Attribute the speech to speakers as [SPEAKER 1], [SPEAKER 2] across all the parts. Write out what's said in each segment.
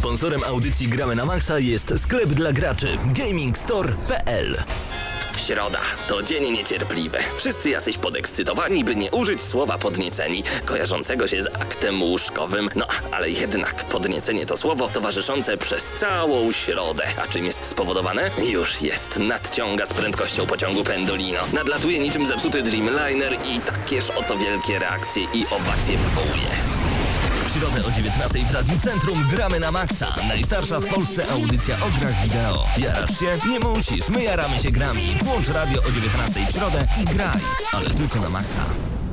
[SPEAKER 1] Sponsorem audycji Gramy na Maxa jest sklep dla graczy GamingStore.pl.
[SPEAKER 2] Środa to dzień niecierpliwy. Wszyscy jacyś podekscytowani, by nie użyć słowa podnieceni, kojarzącego się z aktem łóżkowym. No, ale jednak podniecenie to słowo towarzyszące przez całą środę. A czym jest spowodowane? Już jest. Nadciąga z prędkością pociągu Pendolino. Nadlatuje niczym zepsuty Dreamliner i takież oto wielkie reakcje i owacje wywołuje.
[SPEAKER 1] W środę o 19:00 w Radiu Centrum Gramy na Maxa. Najstarsza w Polsce audycja o grach wideo. Jarasz się? Nie musisz. My jaramy się grami. Włącz radio o 19:00 w środę i graj. Ale tylko na Maxa.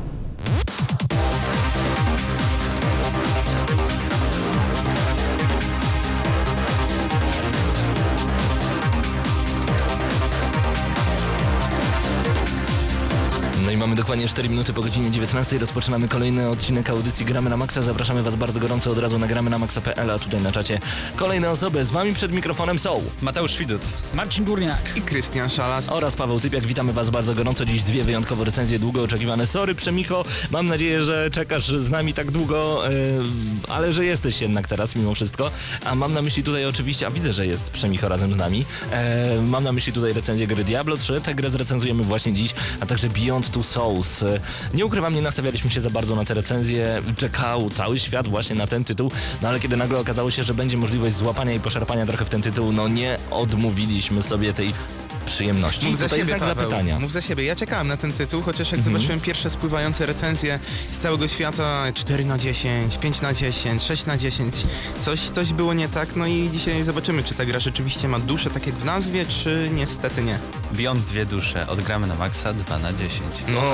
[SPEAKER 1] No i mamy dokładnie 4 minuty po godzinie 19:00. Rozpoczynamy kolejny odcinek audycji Gramy na Maxa. Zapraszamy Was bardzo gorąco od razu na gramy na maxa.pl, a tutaj na czacie kolejne osoby. Z Wami przed mikrofonem są
[SPEAKER 3] Mateusz Widut,
[SPEAKER 4] Marcin Górniak
[SPEAKER 5] i Krystian Szalas
[SPEAKER 1] oraz Paweł Typiak. Witamy Was bardzo gorąco. Dziś dwie wyjątkowo recenzje długo oczekiwane. Sorry Przemicho, mam nadzieję, że czekasz z nami tak długo, ale że jesteś jednak teraz mimo wszystko. A mam na myśli tutaj oczywiście, a widzę, że jest Przemicho razem z nami. Mam na myśli tutaj recenzję gry Diablo 3. Tę grę zrecenzujemy właśnie dziś, a także Beyond Two Souls. Nie ukrywam, nie nastawialiśmy się za bardzo na tę recenzję. Czekał cały świat właśnie na ten tytuł, no ale kiedy nagle okazało się, że będzie możliwość złapania i poszarpania trochę w ten tytuł, no nie odmówiliśmy sobie tej przyjemności.
[SPEAKER 5] Mów za
[SPEAKER 1] tutaj
[SPEAKER 5] siebie,
[SPEAKER 1] znak
[SPEAKER 5] Paweł.
[SPEAKER 1] Zapytania.
[SPEAKER 5] Mów za siebie. Ja czekałem na ten tytuł, chociaż jak zobaczyłem pierwsze spływające recenzje z całego świata, 4/10, 5/10, 6/10, coś było nie tak, no i dzisiaj zobaczymy, czy ta gra rzeczywiście ma duszę, tak jak w nazwie, czy niestety nie.
[SPEAKER 3] Beyond 2 dusze, odgramy na Maxa 2/10.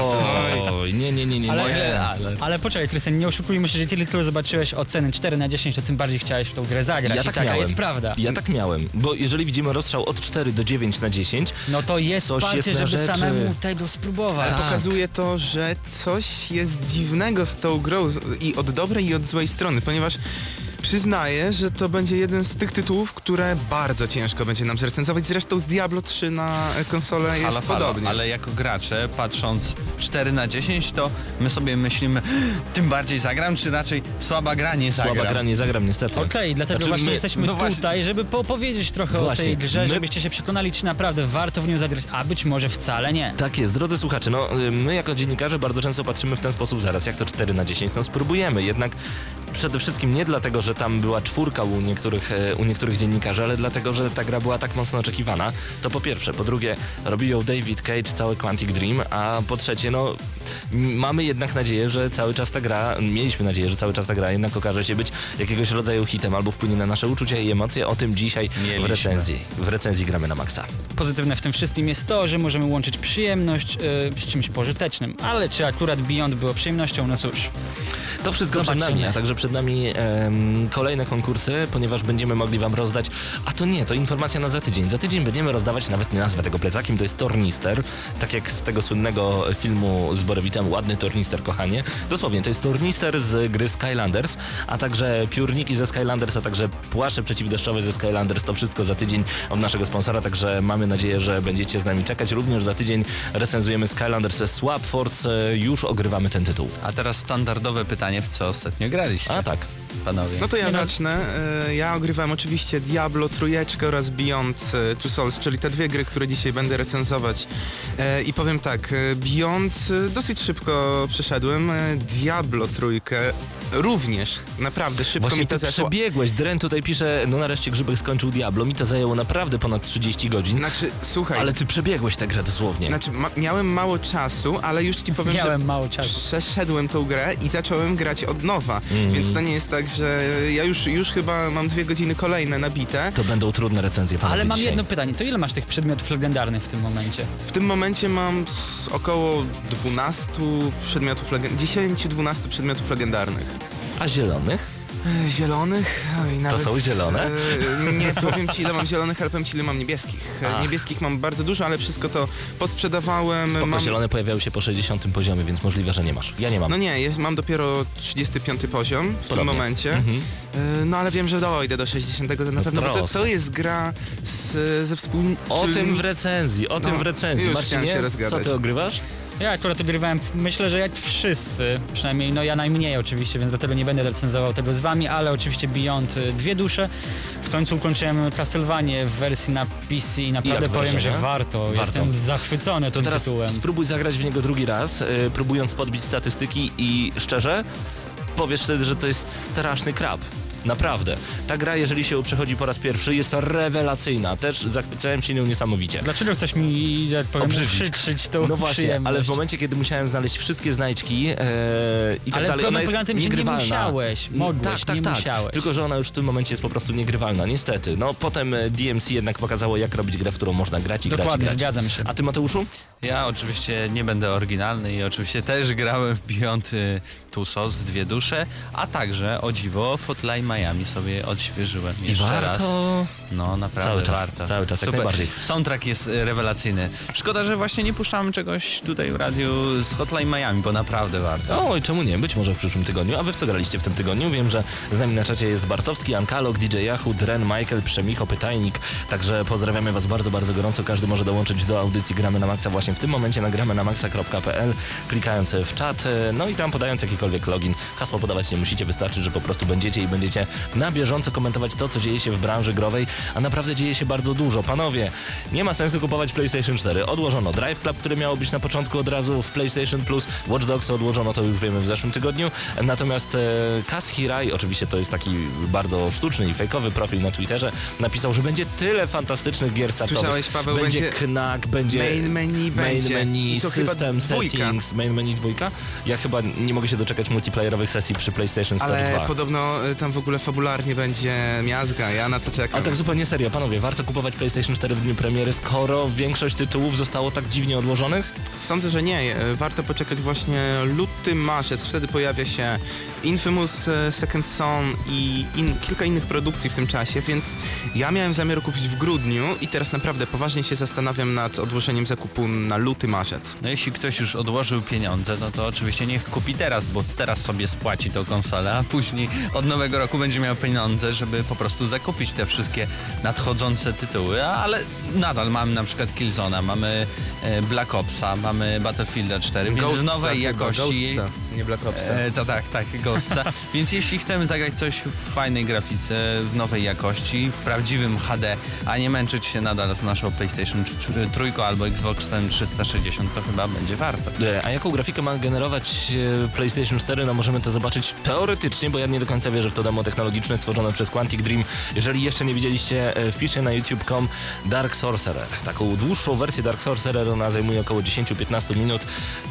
[SPEAKER 1] Oj, nie.
[SPEAKER 4] Ale poczekaj, Krystian, nie oszukujmy się, że tylko zobaczyłeś oceny 4/10, to tym bardziej chciałeś w tą grę zagrać.
[SPEAKER 1] Ja
[SPEAKER 4] i
[SPEAKER 1] tak
[SPEAKER 4] taka
[SPEAKER 1] miałem.
[SPEAKER 4] jest prawda.
[SPEAKER 1] Ja tak miałem, bo jeżeli widzimy rozstrzał od 4 do 9/10,
[SPEAKER 4] No to jest
[SPEAKER 1] coś
[SPEAKER 4] parcie,
[SPEAKER 1] jest na
[SPEAKER 4] żeby
[SPEAKER 1] rzeczy.
[SPEAKER 4] samemu tego spróbować.
[SPEAKER 5] Ale
[SPEAKER 1] Tak.
[SPEAKER 5] pokazuje to, że coś jest dziwnego z tą grą i od dobrej i od złej strony, ponieważ przyznaję, że to będzie jeden z tych tytułów, które bardzo ciężko będzie nam zrecenzować. Zresztą z Diablo 3 na konsolę jest podobnie.
[SPEAKER 3] Ale jako gracze, patrząc 4/10, to my sobie myślimy, tym bardziej zagram, czy raczej słaba gra nie zagram?
[SPEAKER 1] słaba gra nie zagram niestety.
[SPEAKER 4] Okej, dlatego
[SPEAKER 1] Znaczy,
[SPEAKER 4] właśnie
[SPEAKER 1] my-
[SPEAKER 4] jesteśmy
[SPEAKER 3] no właśnie.
[SPEAKER 4] tutaj, żeby powiedzieć trochę
[SPEAKER 1] Właśnie,
[SPEAKER 4] o tej grze,
[SPEAKER 1] my-
[SPEAKER 4] żebyście się przekonali, czy naprawdę warto w nią zagrać, a być może wcale nie.
[SPEAKER 1] Tak jest, drodzy słuchacze, no my jako dziennikarze bardzo często patrzymy w ten sposób, zaraz jak to 4/10, no spróbujemy, jednak przede wszystkim nie dlatego, że tam była 4 u niektórych dziennikarzy, ale dlatego, że ta gra była tak mocno oczekiwana. To po pierwsze. Po drugie, robi ją David Cage, cały Quantic Dream, a po trzecie, no mamy jednak nadzieję, że cały czas ta gra, mieliśmy nadzieję, że cały czas ta gra jednak okaże się być jakiegoś rodzaju hitem albo wpłynie na nasze uczucia i emocje. O tym dzisiaj w recenzji Gramy na Maxa.
[SPEAKER 4] Pozytywne w tym wszystkim jest to, że możemy łączyć przyjemność z czymś pożytecznym, ale czy akurat Beyond było przyjemnością, no cóż.
[SPEAKER 1] To wszystko przed
[SPEAKER 4] Zobaczymy.
[SPEAKER 1] nami, a także przed nami kolejne konkursy, ponieważ będziemy mogli Wam rozdać, a to nie, to informacja na za tydzień. Za tydzień będziemy rozdawać, nawet nie nazwę tego plecakiem, to jest tornister, tak jak z tego słynnego filmu z Borowiczem, ładny tornister, kochanie. Dosłownie, to jest tornister z gry Skylanders, a także piórniki ze Skylanders, a także płasze przeciwdeszczowe ze Skylanders, to wszystko za tydzień od naszego sponsora, także mamy nadzieję, że będziecie z nami czekać. Również za tydzień recenzujemy Skylanders Swap Force, już ogrywamy ten tytuł.
[SPEAKER 3] A teraz standardowe pytanie, w co ostatnio graliście?
[SPEAKER 1] A tak.
[SPEAKER 3] Panowie.
[SPEAKER 5] No to ja zacznę. Ja ogrywałem oczywiście Diablo 3 oraz Beyond Two Souls, czyli te dwie gry, które dzisiaj będę recenzować. I powiem tak, Beyond dosyć szybko przeszedłem, Diablo 3 również, naprawdę szybko
[SPEAKER 1] Właśnie
[SPEAKER 5] mi to
[SPEAKER 1] ty
[SPEAKER 5] zeszło.
[SPEAKER 1] przebiegłeś, Dren tutaj pisze, no nareszcie Grzybek skończył Diablo, mi to zajęło naprawdę ponad 30 godzin,
[SPEAKER 5] Znaczy, słuchaj,
[SPEAKER 1] ale ty przebiegłeś tę grę dosłownie.
[SPEAKER 5] znaczy miałem mało czasu, ale już ci powiem,
[SPEAKER 4] Miałem
[SPEAKER 5] że
[SPEAKER 4] mało czasu.
[SPEAKER 5] przeszedłem tą grę i zacząłem grać od nowa, więc to nie jest tak, że ja już chyba mam 2 godziny kolejne nabite.
[SPEAKER 1] To będą trudne recenzje, panowie,
[SPEAKER 4] Ale mam
[SPEAKER 1] dzisiaj.
[SPEAKER 4] jedno pytanie, to ile masz tych przedmiotów legendarnych w tym momencie?
[SPEAKER 5] W tym momencie mam około 12 przedmiotów 10-12 przedmiotów legendarnych.
[SPEAKER 1] A zielonych?
[SPEAKER 5] Zielonych? Oj, nawet,
[SPEAKER 1] są zielone?
[SPEAKER 5] Nie powiem ci ile mam zielonych, ale powiem ci ile mam niebieskich. Niebieskich mam bardzo dużo, ale wszystko to posprzedawałem.
[SPEAKER 1] Spoko, zielone pojawiały się po 60 poziomie, więc możliwe, że nie masz. Ja nie mam.
[SPEAKER 5] No nie, mam dopiero 35 poziom w tym momencie. No ale wiem, że dojdę do 60 to na pewno, bo to jest gra ze
[SPEAKER 1] O tym w recenzji,
[SPEAKER 5] No, już
[SPEAKER 1] Marcinie,
[SPEAKER 5] chciałem się
[SPEAKER 1] co
[SPEAKER 5] rozgadać.
[SPEAKER 1] ty ogrywasz?
[SPEAKER 4] Ja akurat ogrywałem, myślę, że jak wszyscy, przynajmniej no ja najmniej oczywiście, więc dlatego nie będę recenzował tego z wami, ale oczywiście Beyond dwie dusze. W końcu ukończyłem Castlevanię w wersji na PC i naprawdę
[SPEAKER 1] jak
[SPEAKER 4] powiem,
[SPEAKER 1] wrażenia?
[SPEAKER 4] że warto.
[SPEAKER 1] Warto.
[SPEAKER 4] Jestem zachwycony
[SPEAKER 1] To
[SPEAKER 4] tym
[SPEAKER 1] teraz
[SPEAKER 4] tytułem.
[SPEAKER 1] spróbuj zagrać w niego drugi raz, próbując podbić statystyki i szczerze, powiesz wtedy, że to jest straszny krab. Naprawdę. Ta gra, jeżeli się przechodzi po raz pierwszy, jest rewelacyjna. Też zachwycałem się nią niesamowicie.
[SPEAKER 4] Dlaczego chcesz mi, że powiem,
[SPEAKER 1] Obrzydzić.
[SPEAKER 4] uprzykrzyć tą
[SPEAKER 1] No właśnie,
[SPEAKER 4] przyjemność?
[SPEAKER 1] ale w momencie, kiedy musiałem znaleźć wszystkie znajdźki i tak
[SPEAKER 4] Ale
[SPEAKER 1] dalej, ona
[SPEAKER 4] problem polega
[SPEAKER 1] jest
[SPEAKER 4] na tym, że nie
[SPEAKER 1] niegrywalna.
[SPEAKER 4] musiałeś, mogłeś,
[SPEAKER 1] tak,
[SPEAKER 4] nie
[SPEAKER 1] tak.
[SPEAKER 4] musiałeś.
[SPEAKER 1] Tylko, że ona już w tym momencie jest po prostu niegrywalna, niestety. No potem DMC jednak pokazało, jak robić grę, w którą można grać i
[SPEAKER 4] Dokładnie,
[SPEAKER 1] grać i grać.
[SPEAKER 4] zgadzam się.
[SPEAKER 1] A ty, Mateuszu?
[SPEAKER 3] Ja oczywiście nie będę oryginalny i oczywiście też grałem w Beyond Two Souls, dwie dusze, a także, o dziwo, w Hotline Miami sobie odświeżyłem jeszcze raz. No naprawdę
[SPEAKER 1] Cały czas, jak
[SPEAKER 3] Super.
[SPEAKER 1] najbardziej.
[SPEAKER 3] Soundtrack jest rewelacyjny. Szkoda, że właśnie nie puszczamy czegoś tutaj w radiu z Hotline Miami, bo naprawdę warto.
[SPEAKER 1] O, i czemu nie? Być może w przyszłym tygodniu. A wy w co graliście w tym tygodniu? Wiem, że z nami na czacie jest Bartowski, Ankalog, DJ Yahoo, Dren, Michael, Przemicho, Pytajnik. Także pozdrawiamy was bardzo, bardzo gorąco. Każdy może dołączyć do audycji Gramy na Maxa właśnie w tym momencie na gramynamaxa.pl, klikając w czat, no i tam podając jakikolwiek login. Hasło podawać nie musicie, wystarczy, że po prostu będziecie na bieżąco komentować to, co dzieje się w branży growej, a naprawdę dzieje się bardzo dużo. Panowie, nie ma sensu kupować PlayStation 4. Odłożono Drive Club, który miało być na początku od razu w PlayStation Plus. Watch Dogs odłożono, to już wiemy w zeszłym tygodniu. Natomiast Kaz Hirai, oczywiście to jest taki bardzo sztuczny i fejkowy profil na Twitterze, napisał, że będzie tyle fantastycznych gier startowych.
[SPEAKER 5] Słyszałeś, Paweł,
[SPEAKER 1] będzie
[SPEAKER 5] będzie
[SPEAKER 1] Knack, będzie
[SPEAKER 5] main menu,
[SPEAKER 1] menu,
[SPEAKER 5] I to chyba
[SPEAKER 1] system
[SPEAKER 5] dwójka.
[SPEAKER 1] settings, main menu 2. Ja chyba nie mogę się doczekać multiplayerowych sesji przy PlayStation Store 2.
[SPEAKER 5] Ale podobno tam w ogóle fabularnie będzie miazga, ja na to czekam.
[SPEAKER 1] Ale tak zupełnie serio, panowie, warto kupować PlayStation 4 w dniu premiery, skoro większość tytułów zostało tak dziwnie odłożonych?
[SPEAKER 5] Sądzę, że nie. Warto poczekać właśnie luty, marzec. Wtedy pojawia się Infamous Second Son i kilka innych produkcji w tym czasie, więc ja miałem zamiar kupić w grudniu i teraz naprawdę poważnie się zastanawiam nad odłożeniem zakupu na luty, marzec.
[SPEAKER 3] No jeśli ktoś już odłożył pieniądze, no to oczywiście niech kupi teraz, bo teraz sobie spłaci tą konsolę, a później od nowego roku będzie miał pieniądze, żeby po prostu zakupić te wszystkie nadchodzące tytuły, ale nadal mamy na przykład Killzone'a, mamy Black Opsa, mamy Battlefielda 4, więc w nowej jakości...
[SPEAKER 5] Ghostsa, nie Black Opsa.
[SPEAKER 3] To tak, Ghostsa. Więc jeśli chcemy zagrać coś w fajnej grafice, w nowej jakości, w prawdziwym HD, a nie męczyć się nadal z naszą PlayStation 3 albo Xbox 360, to chyba będzie warto.
[SPEAKER 1] A jaką grafikę ma generować PlayStation 4? No możemy to zobaczyć teoretycznie, bo ja nie do końca wierzę w to demo technologiczne stworzone przez Quantic Dream. Jeżeli jeszcze nie widzieliście, wpiszcie na youtube.com Dark Sorcerer. Taką dłuższą wersję Dark Sorcerer, ona zajmuje około 10-15 minut.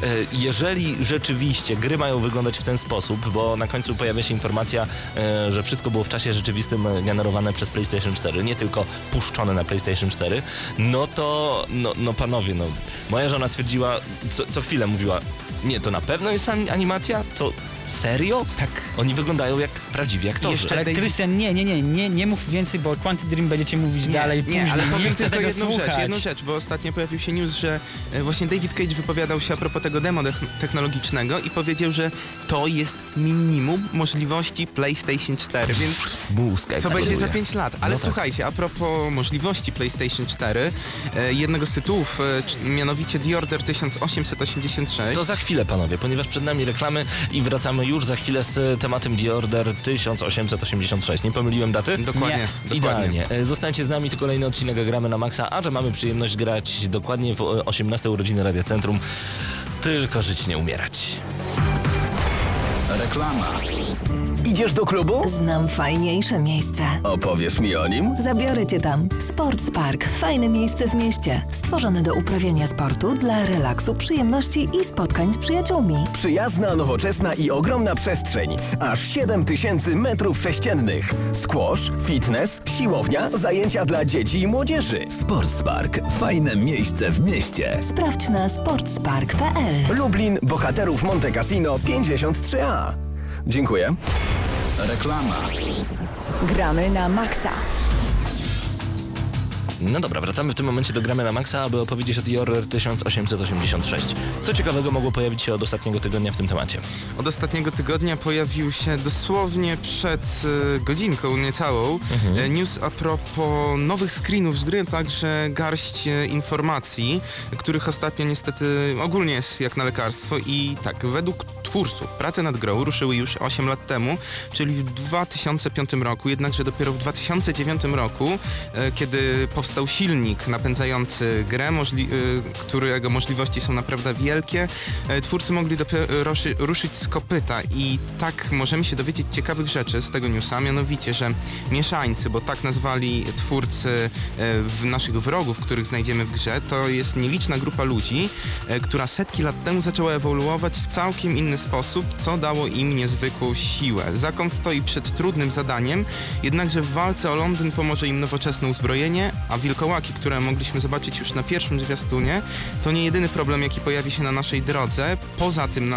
[SPEAKER 1] Jeżeli rzeczywiście gry mają wyglądać w ten sposób, bo na końcu pojawia się informacja, że wszystko było w czasie rzeczywistym generowane przez PlayStation 4, nie tylko puszczone na PlayStation 4, no to, no panowie, no moja żona stwierdziła, co chwilę mówiła, nie, to na pewno jest animacja? To serio?
[SPEAKER 5] Tak.
[SPEAKER 1] Oni wyglądają jak prawdziwi aktorzy.
[SPEAKER 5] Jeszcze
[SPEAKER 4] Ale
[SPEAKER 5] David-
[SPEAKER 4] Krystian, nie mów więcej, bo Quantic Dream będziecie mówić dalej później.
[SPEAKER 5] Nie, ale powiem
[SPEAKER 4] chcę
[SPEAKER 5] tylko
[SPEAKER 4] tego
[SPEAKER 5] jedną
[SPEAKER 4] słuchać.
[SPEAKER 5] rzecz, bo ostatnio pojawił się news, że właśnie David Cage wypowiadał się a propos tego demo technologicznego i powiedział, że to jest minimum możliwości PlayStation 4, więc
[SPEAKER 1] Mózg
[SPEAKER 5] co
[SPEAKER 1] eksploduje.
[SPEAKER 5] będzie za 5 lat. Ale
[SPEAKER 1] No tak.
[SPEAKER 5] słuchajcie, a propos możliwości PlayStation 4, jednego z tytułów, mianowicie The Order 1886.
[SPEAKER 1] To za chwilę, panowie, ponieważ przed nami reklamy i wracamy już za chwilę z tematem The Order 1886. Nie pomyliłem daty?
[SPEAKER 5] Dokładnie, dokładnie.
[SPEAKER 1] Idealnie. Zostańcie z nami, to kolejny odcinek Gramy na Maxa, a że mamy przyjemność grać dokładnie w 18 urodziny Radia Centrum. Tylko żyć, nie umierać.
[SPEAKER 6] Reklama. Idziesz do klubu?
[SPEAKER 7] Znam fajniejsze miejsce.
[SPEAKER 6] Opowiesz mi o nim?
[SPEAKER 7] Zabiorę cię tam. Sports Park. Fajne miejsce w mieście. Stworzone do uprawiania sportu, dla relaksu, przyjemności i spotkań z przyjaciółmi.
[SPEAKER 6] Przyjazna, nowoczesna i ogromna przestrzeń. Aż 7000 metrów sześciennych. Squash, fitness, siłownia, zajęcia dla dzieci i młodzieży.
[SPEAKER 8] Sports Park. Fajne miejsce w mieście.
[SPEAKER 7] Sprawdź na sportspark.pl.
[SPEAKER 6] Lublin, Bohaterów Monte Cassino 53A. Dziękuję.
[SPEAKER 8] Reklama.
[SPEAKER 9] Gramy na maksa.
[SPEAKER 1] No dobra, wracamy w tym momencie do Gramy na Maxa, aby opowiedzieć o The Order 1886. Co ciekawego mogło pojawić się od ostatniego tygodnia w tym temacie?
[SPEAKER 5] Od ostatniego tygodnia pojawił się dosłownie przed godzinką niecałą news a propos nowych screenów z gry, także garść informacji, których ostatnio niestety ogólnie jest jak na lekarstwo i tak, według twórców prace nad grą ruszyły już 8 lat temu, czyli w 2005 roku, jednakże dopiero w 2009 roku, kiedy powstał silnik napędzający grę, którego możliwości są naprawdę wielkie, twórcy mogli dopiero ruszyć z kopyta i tak możemy się dowiedzieć ciekawych rzeczy z tego newsa, mianowicie, że mieszańcy, bo tak nazwali twórcy naszych wrogów, których znajdziemy w grze, to jest nieliczna grupa ludzi, która setki lat temu zaczęła ewoluować w całkiem inny sposób, co dało im niezwykłą siłę. Zakon stoi przed trudnym zadaniem, jednakże w walce o Londyn pomoże im nowoczesne uzbrojenie, a wilkołaki, które mogliśmy zobaczyć już na pierwszym zwiastunie, to nie jedyny problem, jaki pojawi się na naszej drodze. Poza tym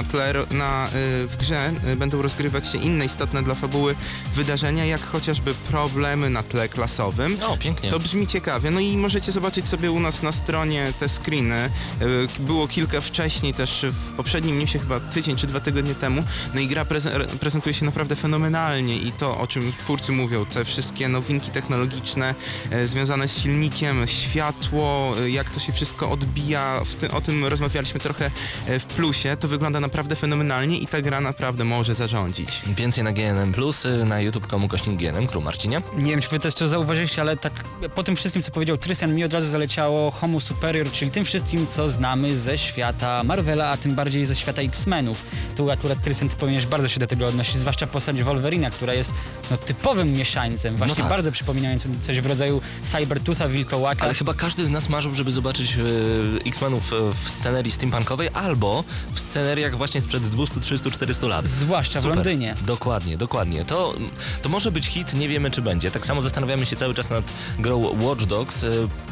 [SPEAKER 5] w grze będą rozgrywać się inne istotne dla fabuły wydarzenia, jak chociażby problemy na tle klasowym.
[SPEAKER 1] O, pięknie.
[SPEAKER 5] To brzmi ciekawie. No i możecie zobaczyć sobie u nas na stronie te screeny. Było kilka wcześniej też w poprzednim newsie, chyba tydzień czy 2 tygodnie temu. No i gra prezentuje się naprawdę fenomenalnie i to, o czym twórcy mówią, te wszystkie nowinki technologiczne związane z silnikiem, światło, jak to się wszystko odbija, o tym rozmawialiśmy trochę w plusie, to wygląda naprawdę fenomenalnie i ta gra naprawdę może zarządzić.
[SPEAKER 1] Więcej na GNM+, na youtube.com/GNM Crew. Marcinie?
[SPEAKER 4] Nie wiem, czy wy też to zauważyliście, ale tak po tym wszystkim, co powiedział Trystian, mi od razu zaleciało Homo Superior, czyli tym wszystkim, co znamy ze świata Marvela, a tym bardziej ze świata X-Menów. Tu akurat Trystian, ty powinieneś bardzo się do tego odnosić, zwłaszcza postać Wolverina, która jest typowym mieszańcem, właśnie
[SPEAKER 1] tak.
[SPEAKER 4] bardzo przypominającym coś w rodzaju Cybertootha, wilkołaka.
[SPEAKER 1] Ale chyba każdy z nas marzył, żeby zobaczyć X-Menów w scenerii steampunkowej albo w sceneriach właśnie sprzed 200, 300, 400 lat.
[SPEAKER 4] Zwłaszcza
[SPEAKER 1] Super.
[SPEAKER 4] w Londynie.
[SPEAKER 1] Dokładnie. To może być hit, nie wiemy czy będzie. Tak samo zastanawiamy się cały czas nad grą Watch Dogs.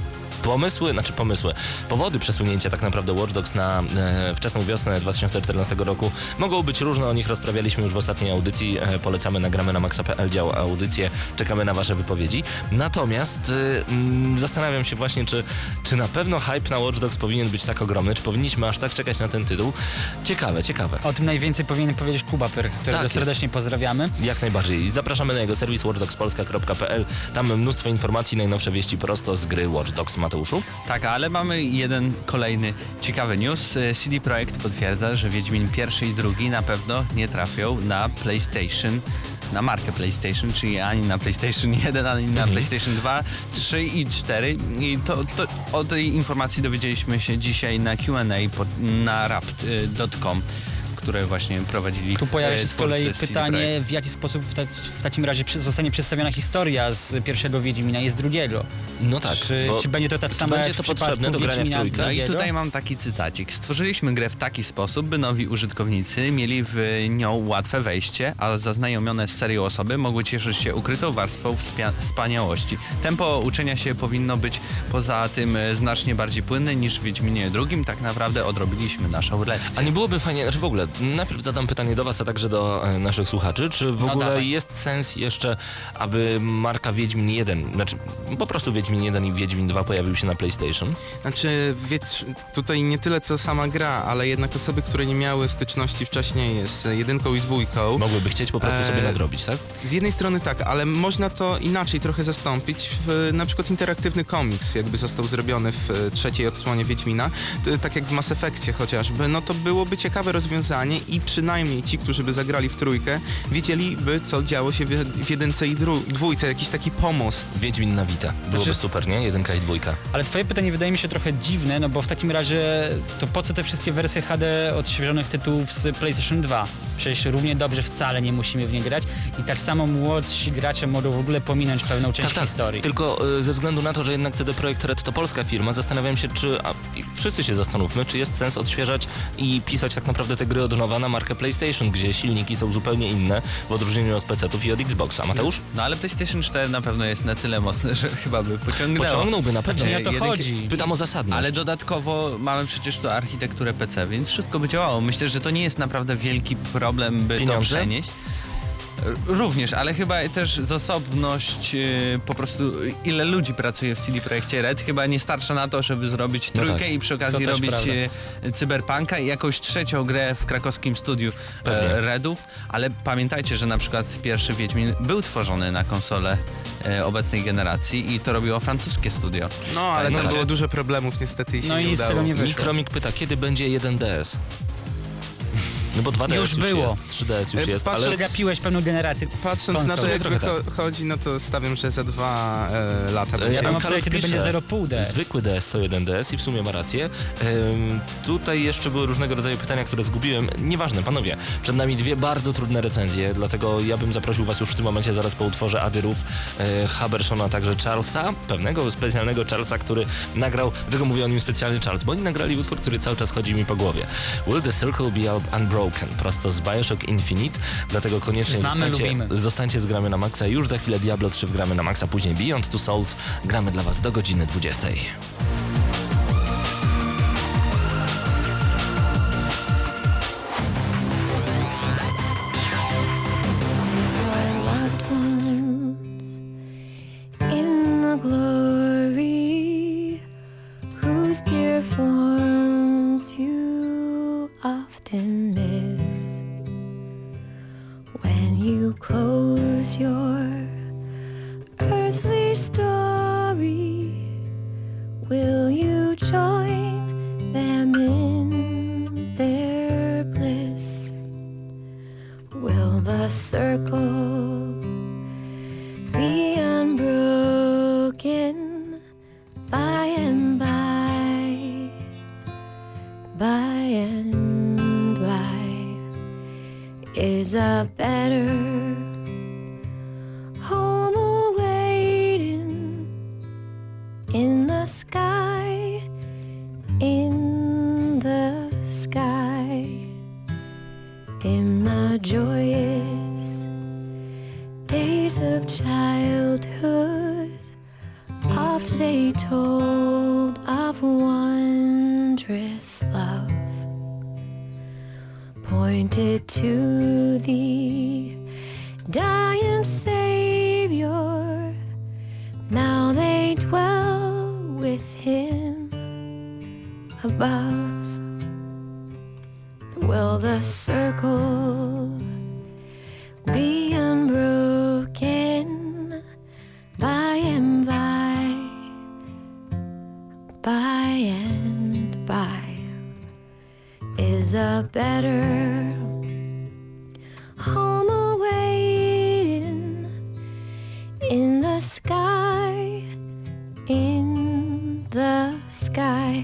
[SPEAKER 1] Powody przesunięcia tak naprawdę Watch Dogs na wczesną wiosnę 2014 roku mogą być różne, o nich rozprawialiśmy już w ostatniej audycji, polecamy na gramy na maxa.pl dział audycje, czekamy na wasze wypowiedzi. Natomiast zastanawiam się właśnie, czy na pewno hype na Watch Dogs powinien być tak ogromny, czy powinniśmy aż tak czekać na ten tytuł. Ciekawe.
[SPEAKER 4] O tym najwięcej powinien powiedzieć Kuba Pyrch, którego
[SPEAKER 1] Tak
[SPEAKER 4] serdecznie pozdrawiamy.
[SPEAKER 1] Jak najbardziej. Zapraszamy na jego serwis watchdogspolska.pl. Tam mnóstwo informacji, najnowsze wieści prosto z gry Watch Dogs. Mateuszu?
[SPEAKER 3] Tak, ale mamy jeden kolejny ciekawy news. CD Projekt potwierdza, że Wiedźmin 1 i 2 na pewno nie trafią na PlayStation, na markę PlayStation, czyli ani na PlayStation 1, ani na PlayStation 2, 3 i 4. I to o tej informacji dowiedzieliśmy się dzisiaj na Q&A na rapt.com, które właśnie prowadzili.
[SPEAKER 4] Tu pojawia się z kolei
[SPEAKER 3] twórcy CD
[SPEAKER 4] pytanie,
[SPEAKER 3] Projekt.
[SPEAKER 4] w jaki sposób w takim razie zostanie przedstawiona historia z pierwszego Wiedźmina i z drugiego.
[SPEAKER 1] No tak.
[SPEAKER 4] Czy będzie to tak samo
[SPEAKER 1] będzie
[SPEAKER 4] jak
[SPEAKER 1] to
[SPEAKER 4] w
[SPEAKER 1] potrzebne
[SPEAKER 4] przypadku
[SPEAKER 1] do grania w
[SPEAKER 4] Wiedźmina
[SPEAKER 1] trójkę?
[SPEAKER 3] No i
[SPEAKER 4] drugiego?
[SPEAKER 3] tutaj mam taki cytacik. Stworzyliśmy grę w taki sposób, by nowi użytkownicy mieli w nią łatwe wejście, a zaznajomione z serią osoby mogły cieszyć się ukrytą warstwą wspaniałości. Tempo uczenia się powinno być poza tym znacznie bardziej płynne niż w Wiedźminie II. Tak naprawdę odrobiliśmy naszą lekcję.
[SPEAKER 1] A nie byłoby fajnie, znaczy w ogóle, najpierw zadam pytanie do was, a także do naszych słuchaczy, czy w ogóle
[SPEAKER 4] dawaj.
[SPEAKER 1] jest sens jeszcze, aby marka Wiedźmin 1, znaczy po prostu Wiedźmin 1 i Wiedźmin 2 pojawił się na PlayStation?
[SPEAKER 5] Znaczy, tutaj nie tyle co sama gra, ale jednak osoby, które nie miały styczności wcześniej z 1 i 2.
[SPEAKER 1] Mogłyby chcieć po prostu sobie nadrobić, tak?
[SPEAKER 5] Z jednej strony tak, ale można to inaczej trochę zastąpić. Na przykład interaktywny komiks jakby został zrobiony w trzeciej odsłonie Wiedźmina, tak jak w Mass Effectie chociażby, no to byłoby ciekawe rozwiązanie i przynajmniej ci, którzy by zagrali w 3, wiedzieliby, co działo się w 1 i 2, jakiś taki pomost.
[SPEAKER 1] Wiedźmin na Vita. Byłoby super, nie? 1 i 2.
[SPEAKER 4] Ale twoje pytanie wydaje mi się trochę dziwne, no bo w takim razie to po co te wszystkie wersje HD odświeżonych tytułów z PlayStation 2? Przecież równie dobrze wcale nie musimy w nie grać i tak samo młodsi gracze mogą w ogóle pominąć pewną część historii.
[SPEAKER 1] Tylko ze względu na to, że jednak CD Projekt Red to polska firma, zastanawiam się, wszyscy się zastanówmy, czy jest sens odświeżać i pisać tak naprawdę te gry od nowa na markę PlayStation, gdzie silniki są zupełnie inne w odróżnieniu od PC-ów i od Xboxa. Mateusz?
[SPEAKER 3] No ale PlayStation 4 na pewno jest na tyle mocne, że chyba by pociągnęło.
[SPEAKER 1] Pociągnąłby na pewno.
[SPEAKER 4] Znaczy, nie o to chodzi.
[SPEAKER 1] Pytam o zasadność.
[SPEAKER 3] Ale dodatkowo mamy przecież tu architekturę PC, więc wszystko by działało. Myślę, że to nie jest naprawdę wielki problem, by
[SPEAKER 1] Pieniądze?
[SPEAKER 3] to przenieść. Również, ale chyba też zasobność, po prostu ile ludzi pracuje w CD Projekcie Red, chyba nie starcza na to, żeby zrobić
[SPEAKER 1] No
[SPEAKER 3] trójkę
[SPEAKER 1] tak.
[SPEAKER 3] i przy okazji
[SPEAKER 4] To też
[SPEAKER 3] robić
[SPEAKER 4] prawda.
[SPEAKER 3] Cyberpunka i jakąś trzecią grę w krakowskim studiu
[SPEAKER 1] Pewnie.
[SPEAKER 3] Redów, ale pamiętajcie, że na przykład pierwszy Wiedźmin był tworzony na konsolę obecnej generacji i to robiło francuskie studio.
[SPEAKER 5] No, ale
[SPEAKER 1] No
[SPEAKER 5] tam
[SPEAKER 1] tak.
[SPEAKER 5] było dużo problemów niestety i się
[SPEAKER 4] No
[SPEAKER 5] nie
[SPEAKER 4] i z
[SPEAKER 5] udało.
[SPEAKER 4] tego nie wyszło.
[SPEAKER 1] Mikromik pyta, kiedy będzie 1DS? No bo 2DS
[SPEAKER 4] Już było.
[SPEAKER 1] jest, 3DS już jest, ale
[SPEAKER 4] Przegapiłeś pewną generację
[SPEAKER 5] Patrząc na to,
[SPEAKER 4] konsol.
[SPEAKER 5] jak
[SPEAKER 1] Trochę tak.
[SPEAKER 5] wychodzi, no to stawiam, że za 2 lata będzie.
[SPEAKER 1] Ja
[SPEAKER 4] mam
[SPEAKER 1] tam
[SPEAKER 4] wcale, kiedy
[SPEAKER 1] pisze,
[SPEAKER 4] będzie 0,5 DS.
[SPEAKER 1] Zwykły DS to 1DS i w sumie ma rację. Tutaj jeszcze były różnego rodzaju pytania, które zgubiłem. Nieważne, panowie, przed nami 2 bardzo trudne recenzje, dlatego ja bym zaprosił was już w tym momencie, zaraz po utworze Adyrów, Habersona, a także Charlesa, pewnego specjalnego Charlesa, który nagrał, dlaczego mówię o nim specjalny Charles, bo oni nagrali utwór, który cały czas chodzi mi po głowie. Will the Circle be unbroken? Prosto z Bioshock Infinite, dlatego koniecznie
[SPEAKER 4] Znamy, lubimy.
[SPEAKER 1] zostańcie z Gramy na Maxa. Już za chwilę Diablo 3 w Gramy na Maxa, później Beyond Two Souls. Gramy dla was do godziny 20.
[SPEAKER 9] Loved ones in the glory, whose dear forms you often miss when you close your earthly story. Will you join them in their bliss? Will the circle be unbroken by and by, by and by? Is a better home awaiting in the sky, in the sky, in the joyous days of childhood. Oft they told of wondrous love, pointed to the dying Savior. Now they dwell with him above. Will the circle be unbroken by and by, by and by? Is a better home awaiting in the sky, in the sky?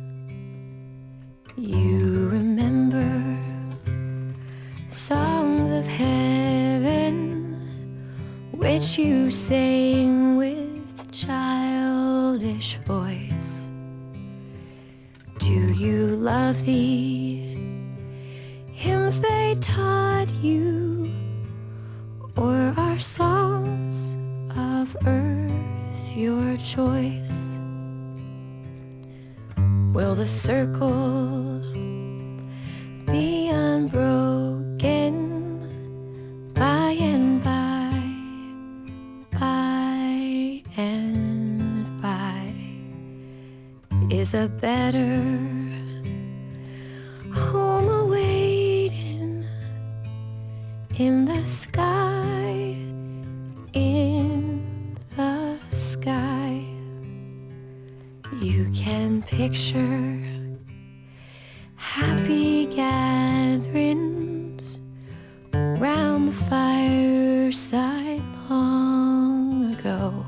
[SPEAKER 9] You remember songs of heaven which you sang with childish voice. Do you love the hymns they taught you, or are songs of earth your choice? Will the circle be unbroken by and by, by and by? Is a better home awaiting in the sky, in the sky? You can picture happy gatherings round the fireside long ago,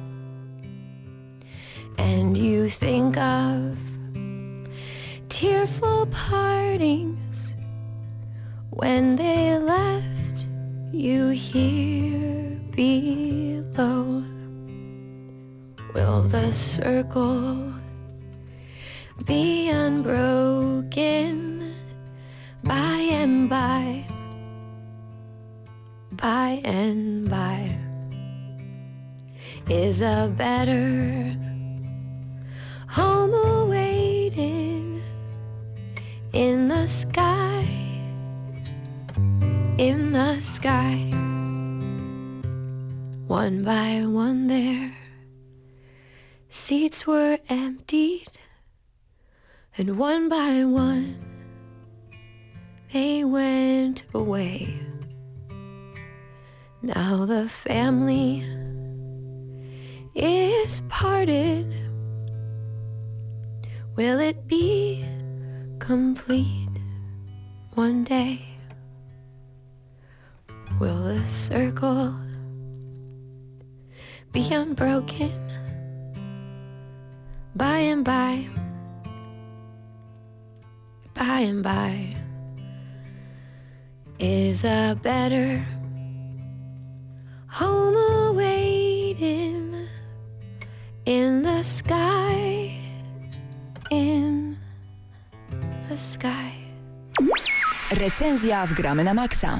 [SPEAKER 9] and you think of tearful partings when they left you here below. Will the circle be unbroken by and by, by and by? Is a better home awaiting in the sky, in the sky? One by one their seats were emptied, and one by one they went away. Now the family is parted. Will it be complete one day? Will the circle be unbroken by and by? By and by is a better home awaiting in the sky, in the sky.
[SPEAKER 10] Recenzja w Gramy na Maxa.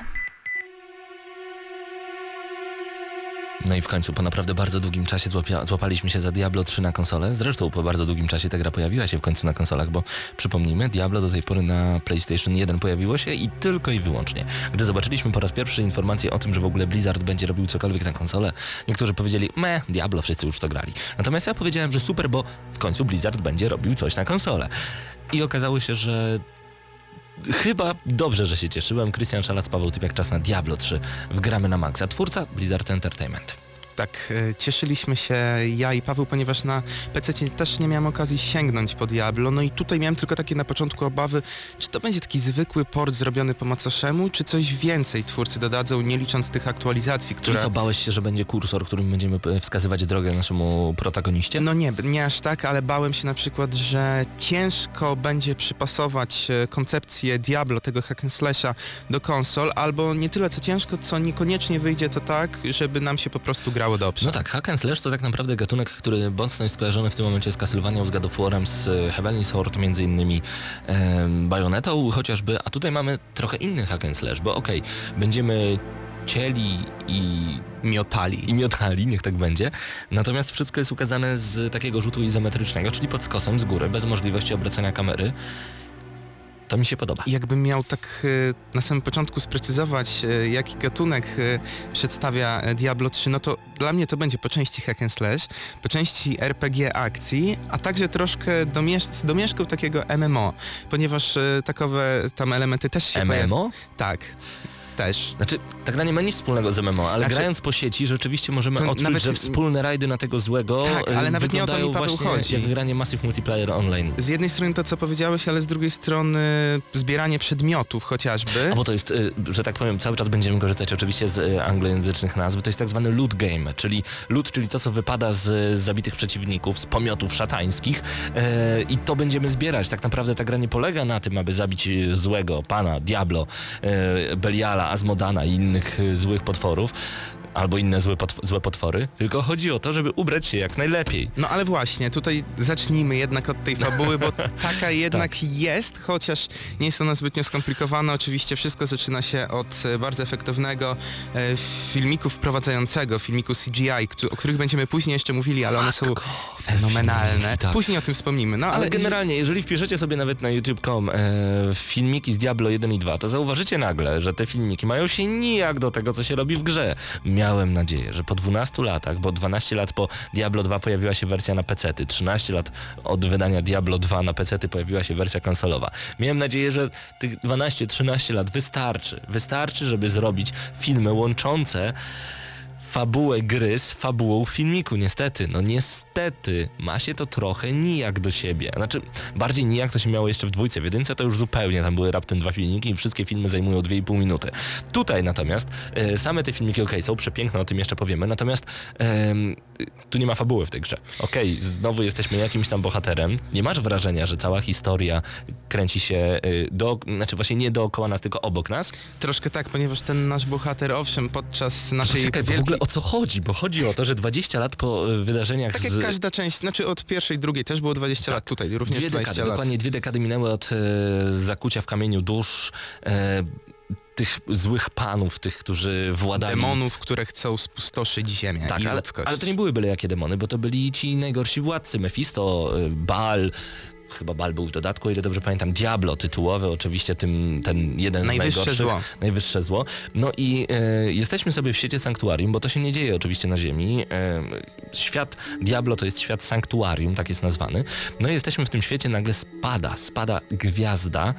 [SPEAKER 1] No i w końcu po naprawdę bardzo długim czasie złapaliśmy się za Diablo 3 na konsolę. Zresztą po bardzo długim czasie ta gra pojawiła się w końcu na konsolach, bo przypomnijmy, Diablo do tej pory na PlayStation 1 pojawiło się i tylko i wyłącznie. Gdy zobaczyliśmy po raz pierwszy informację o tym, że w ogóle Blizzard będzie robił cokolwiek na konsolę, niektórzy powiedzieli, Diablo, wszyscy już w to grali. Natomiast ja powiedziałem, że super, bo w końcu Blizzard będzie robił coś na konsolę. I okazało się, że chyba dobrze, że się cieszyłem. Krystian Szalac, Paweł Typiak, czas na Diablo 3 w Gramy na Maxa. Twórca Blizzard Entertainment.
[SPEAKER 5] Tak, cieszyliśmy się ja i Paweł, ponieważ na PC też nie miałem okazji sięgnąć po Diablo, no i tutaj miałem tylko takie na początku obawy, czy to będzie taki zwykły port zrobiony po macoszemu, czy coś więcej twórcy dodadzą, nie licząc tych aktualizacji, które...
[SPEAKER 1] Czyli co, bałeś się, że będzie kursor, którym będziemy wskazywać drogę naszemu protagoniście?
[SPEAKER 5] No nie aż tak, ale bałem się na przykład, że ciężko będzie przypasować koncepcję Diablo, tego hack and slasha do konsol, albo nie tyle co ciężko, co niekoniecznie wyjdzie to tak, żeby nam się po prostu grało dobrze.
[SPEAKER 1] No tak, hack and slash to tak naprawdę gatunek, który mocno jest skojarzony w tym momencie z Castlevanią, z God of War'em, z Heavenly Sword, między innymi Bajonetą chociażby, a tutaj mamy trochę inny hack and slash, bo będziemy cieli i miotali, niech tak będzie. Natomiast wszystko jest ukazane z takiego rzutu izometrycznego, czyli pod skosem z góry, bez możliwości obracania kamery. To mi się podoba.
[SPEAKER 5] Jakbym miał tak na samym początku sprecyzować, jaki gatunek przedstawia Diablo 3, no to dla mnie to będzie po części hack and slash, po części RPG akcji, a także troszkę domieszką takiego MMO, ponieważ takowe tam elementy też się
[SPEAKER 1] MMO?
[SPEAKER 5] Tak. Też.
[SPEAKER 1] Znaczy, ta gra nie ma nic wspólnego z MMO, ale grając po sieci rzeczywiście możemy odczuć, że wspólne rajdy na tego złego
[SPEAKER 5] ale nawet nie o to mi, Paweł, chodzi.
[SPEAKER 1] Jak granie Massive Multiplayer Online.
[SPEAKER 5] Z jednej strony to, co powiedziałeś, ale z drugiej strony zbieranie przedmiotów chociażby.
[SPEAKER 1] A bo to jest, że tak powiem, cały czas będziemy korzystać oczywiście z anglojęzycznych nazw, to jest tak zwany loot game, czyli loot, czyli to, co wypada z zabitych przeciwników, z pomiotów szatańskich i to będziemy zbierać. Tak naprawdę ta gra nie polega na tym, aby zabić złego pana, Diablo, Beliala, Azmodana i innych złych potworów, albo inne złe potwory, tylko chodzi o to, żeby ubrać się jak najlepiej.
[SPEAKER 5] No ale właśnie, tutaj zacznijmy jednak od tej fabuły, bo taka jednak jest, chociaż nie jest ona zbytnio skomplikowana. Oczywiście wszystko zaczyna się od bardzo efektownego filmiku wprowadzającego, filmiku CGI, o których będziemy później jeszcze mówili, ale one są fenomenalne.
[SPEAKER 1] Tak.
[SPEAKER 5] Później o tym wspomnimy. No,
[SPEAKER 1] ale generalnie, jeżeli wpiszecie sobie nawet na youtube.com filmiki z Diablo 1 i 2, to zauważycie nagle, że te filmiki mają się nijak do tego, co się robi w grze. Miałem nadzieję, że po 12 latach, bo 12 lat po Diablo 2 pojawiła się wersja na PC-ty, 13 lat od wydania Diablo 2 na PC-ty pojawiła się wersja konsolowa. Miałem nadzieję, że tych 12-13 lat wystarczy, żeby zrobić filmy łączące fabułę gry z fabułą filmiku. Niestety ma się to trochę nijak do siebie. Znaczy, bardziej nijak to się miało jeszcze w dwójce. W jedynce to już zupełnie, tam były raptem 2 filmiki i wszystkie filmy zajmują 2,5 minuty. Tutaj natomiast same te filmiki są przepiękne, o tym jeszcze powiemy, natomiast tu nie ma fabuły w tej grze. Znowu jesteśmy jakimś tam bohaterem. Nie masz wrażenia, że cała historia kręci się właśnie nie dookoła nas, tylko obok nas?
[SPEAKER 5] Troszkę tak, ponieważ ten nasz bohater, owszem, podczas naszej
[SPEAKER 1] w ogóle o co chodzi? Bo chodzi o to, że 20 lat po wydarzeniach
[SPEAKER 5] tak jak każda część, znaczy od pierwszej, drugiej też było 20 lat, tutaj również 20 lat.
[SPEAKER 1] Dokładnie 2 dekady minęły od zakucia w kamieniu dusz tych złych panów, tych, którzy władali...
[SPEAKER 5] Demonów, które chcą spustoszyć ziemię i ludzkość.
[SPEAKER 1] Ale to nie były byle jakie demony, bo to byli ci najgorsi władcy. Mephisto, Baal, chyba Bal był w dodatku, o ile dobrze pamiętam, Diablo tytułowy, oczywiście ten jeden
[SPEAKER 5] Najwyższe
[SPEAKER 1] z najgorszych.
[SPEAKER 5] zło.
[SPEAKER 1] Najwyższe zło. No i jesteśmy sobie w świecie sanktuarium, bo to się nie dzieje oczywiście na ziemi. Świat Diablo to jest świat sanktuarium, tak jest nazwany. No i jesteśmy w tym świecie, nagle spada gwiazda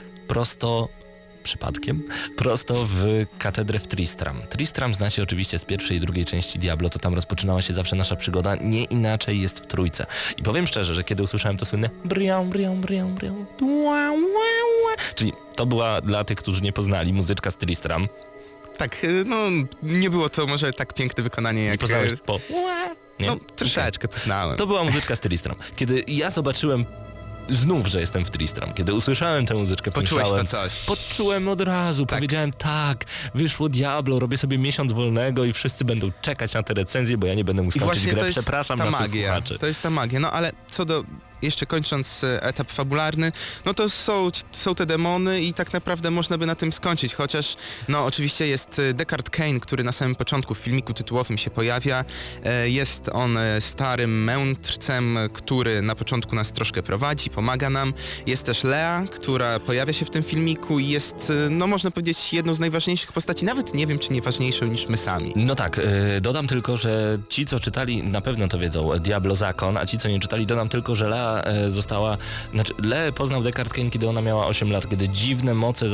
[SPEAKER 1] prosto w katedrę w Tristram. Tristram znacie oczywiście z pierwszej i drugiej części Diablo, to tam rozpoczynała się zawsze nasza przygoda, nie inaczej jest w trójce. I powiem szczerze, że kiedy usłyszałem to słynne czyli to była dla tych, którzy nie poznali, muzyczka z Tristram.
[SPEAKER 5] Tak, no nie było to może tak piękne wykonanie jak...
[SPEAKER 1] Nie poznałeś po... Nie?
[SPEAKER 5] No troszeczkę poznałem.
[SPEAKER 1] To była muzyczka z Tristram. Kiedy ja zobaczyłem znów, że jestem w Tristram. Kiedy usłyszałem tę muzyczkę,
[SPEAKER 5] Poczułeś
[SPEAKER 1] pomyślałem...
[SPEAKER 5] to coś.
[SPEAKER 1] Poczułem od razu.
[SPEAKER 5] Tak.
[SPEAKER 1] Powiedziałem tak, wyszło Diablo, robię sobie miesiąc wolnego i wszyscy będą czekać na te recenzje, bo ja nie będę mógł
[SPEAKER 5] I
[SPEAKER 1] skończyć
[SPEAKER 5] właśnie
[SPEAKER 1] grę.
[SPEAKER 5] to jest
[SPEAKER 1] Przepraszam
[SPEAKER 5] ta
[SPEAKER 1] naszych
[SPEAKER 5] magia.
[SPEAKER 1] słuchaczy.
[SPEAKER 5] To jest ta magia. No ale co do... Jeszcze kończąc etap fabularny, no to są te demony i tak naprawdę można by na tym skończyć, chociaż no oczywiście jest Deckard Cain, który na samym początku w filmiku tytułowym się pojawia. Jest on starym mędrcem, który na początku nas troszkę prowadzi, pomaga nam. Jest też Lea, która pojawia się w tym filmiku i jest, no można powiedzieć, jedną z najważniejszych postaci, nawet nie wiem, czy nie ważniejszą niż my sami.
[SPEAKER 1] No tak, dodam tylko, że ci, co czytali, na pewno to wiedzą, Diablo Zakon, a ci, co nie czytali, dodam tylko, że Lea Lea poznał Deckard Cain, kiedy ona miała 8 lat, kiedy dziwne moce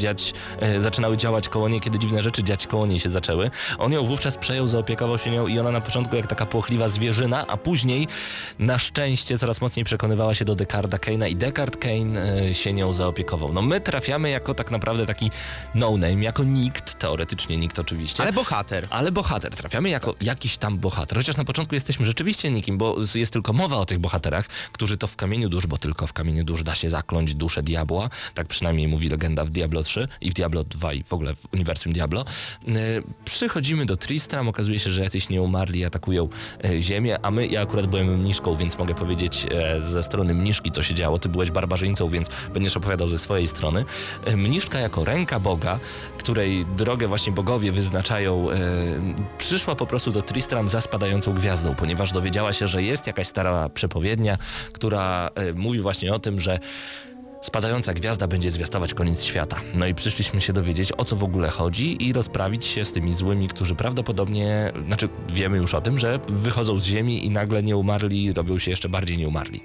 [SPEAKER 1] zaczynały działać koło niej, kiedy dziwne rzeczy dziać koło niej się zaczęły. On ją wówczas przejął, zaopiekował się nią i ona na początku jak taka płochliwa zwierzyna, a później na szczęście coraz mocniej przekonywała się do Deckarda Caina i Deckard Cain się nią zaopiekował. No my trafiamy jako tak naprawdę taki no-name, jako nikt, teoretycznie nikt oczywiście. Ale bohater. Trafiamy jako jakiś tam bohater. Chociaż na początku jesteśmy rzeczywiście nikim, bo jest tylko mowa o tych bohaterach, którzy to w kamieniu dusz, bo tylko w kamieniu dusz da się zakląć duszę diabła. Tak przynajmniej mówi legenda w Diablo 3 i w Diablo 2 i w ogóle w uniwersum Diablo. Przychodzimy do Tristram, okazuje się, że jacyś nieumarli atakują ziemię, a ja akurat byłem mniszką, więc mogę powiedzieć ze strony mniszki, co się działo. Ty byłeś barbarzyńcą, więc będziesz opowiadał ze swojej strony. Mniszka jako ręka Boga, której drogę właśnie bogowie wyznaczają, przyszła po prostu do Tristram za spadającą gwiazdą, ponieważ dowiedziała się, że jest jakaś stara przepowiednia, która mówi właśnie o tym, że spadająca gwiazda będzie zwiastować koniec świata. No i przyszliśmy się dowiedzieć, o co w ogóle chodzi i rozprawić się z tymi złymi, którzy prawdopodobnie, wiemy już o tym, że wychodzą z ziemi i nagle nieumarli robią się jeszcze bardziej nieumarli.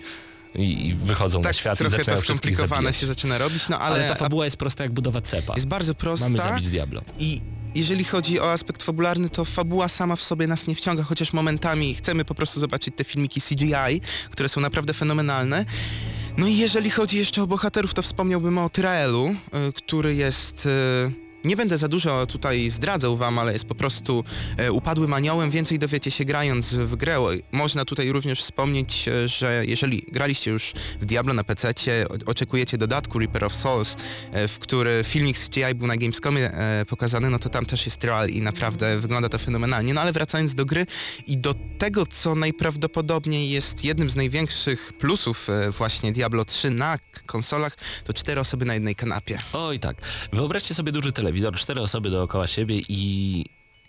[SPEAKER 1] I wychodzą na świat i zaczynają
[SPEAKER 5] trochę to
[SPEAKER 1] wszystkich
[SPEAKER 5] skomplikowane
[SPEAKER 1] zabijać.
[SPEAKER 5] się zaczyna robić, no
[SPEAKER 1] Ale ta fabuła jest prosta jak budowa cepa.
[SPEAKER 5] Jest bardzo prosta.
[SPEAKER 1] Mamy zabić Diablo.
[SPEAKER 5] I jeżeli chodzi o aspekt fabularny, to fabuła sama w sobie nas nie wciąga, chociaż momentami chcemy po prostu zobaczyć te filmiki CGI, które są naprawdę fenomenalne. No i jeżeli chodzi jeszcze o bohaterów, to wspomniałbym o Tyraelu, który jest... Nie będę za dużo tutaj zdradzał wam, ale jest po prostu upadłym aniołem. Więcej dowiecie się grając w grę. Można tutaj również wspomnieć, że jeżeli graliście już w Diablo na PC-cie, oczekujecie dodatku Reaper of Souls, w który filmik CGI był na Gamescomie pokazany, no to tam też jest Tyrael i naprawdę wygląda to fenomenalnie. No ale wracając do gry i do tego, co najprawdopodobniej jest jednym z największych plusów właśnie Diablo 3 na konsolach, to 4 osoby na jednej kanapie.
[SPEAKER 1] Oj tak. Wyobraźcie sobie duży telewizor, 4 osoby dookoła siebie i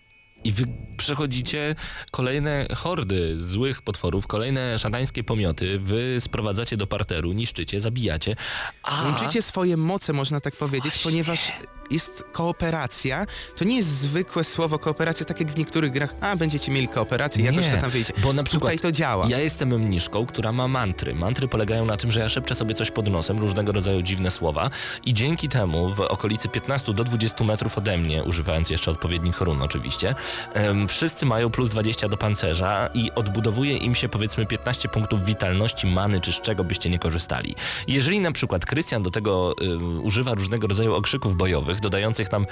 [SPEAKER 1] wy przechodzicie kolejne hordy złych potworów, kolejne szatańskie pomioty, wy sprowadzacie do parteru, niszczycie, zabijacie,
[SPEAKER 5] Łączycie swoje moce, można tak powiedzieć, ponieważ jest kooperacja. To nie jest zwykłe słowo kooperacja, tak jak w niektórych grach, będziecie mieli kooperację, jakoś to tam wyjdzie.
[SPEAKER 1] Bo na przykład
[SPEAKER 5] tutaj to działa.
[SPEAKER 1] Ja jestem mniszką, która ma mantry. Mantry polegają na tym, że ja szepczę sobie coś pod nosem, różnego rodzaju dziwne słowa i dzięki temu w okolicy 15 do 20 metrów ode mnie, używając jeszcze odpowiednich run oczywiście, wszyscy mają plus 20 do pancerza i odbudowuje im się powiedzmy 15 punktów witalności, many czy z czego byście nie korzystali. Jeżeli na przykład Krystian do tego używa różnego rodzaju okrzyków bojowych, dodających nam...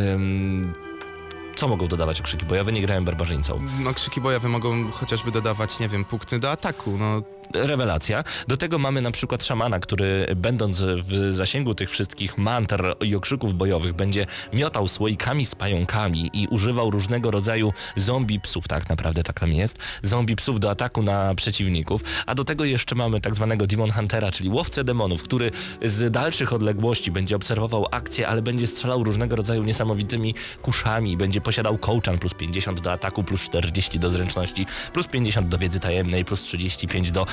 [SPEAKER 1] Co mogą dodawać okrzyki bojowe? Nie grałem barbarzyńcą.
[SPEAKER 5] No, krzyki bojowe mogą chociażby dodawać, nie wiem, punkty do ataku, no.
[SPEAKER 1] Rewelacja. Do tego mamy na przykład szamana, który będąc w zasięgu tych wszystkich mantr i okrzyków bojowych będzie miotał słoikami z pająkami i używał różnego rodzaju zombie psów, tak naprawdę tak tam jest, zombie psów do ataku na przeciwników, a do tego jeszcze mamy tak zwanego Demon Huntera, czyli łowcę demonów, który z dalszych odległości będzie obserwował akcję, ale będzie strzelał różnego rodzaju niesamowitymi kuszami, będzie posiadał kołczan plus 50 do ataku, plus 40 do zręczności, plus 50 do wiedzy tajemnej, plus 35 do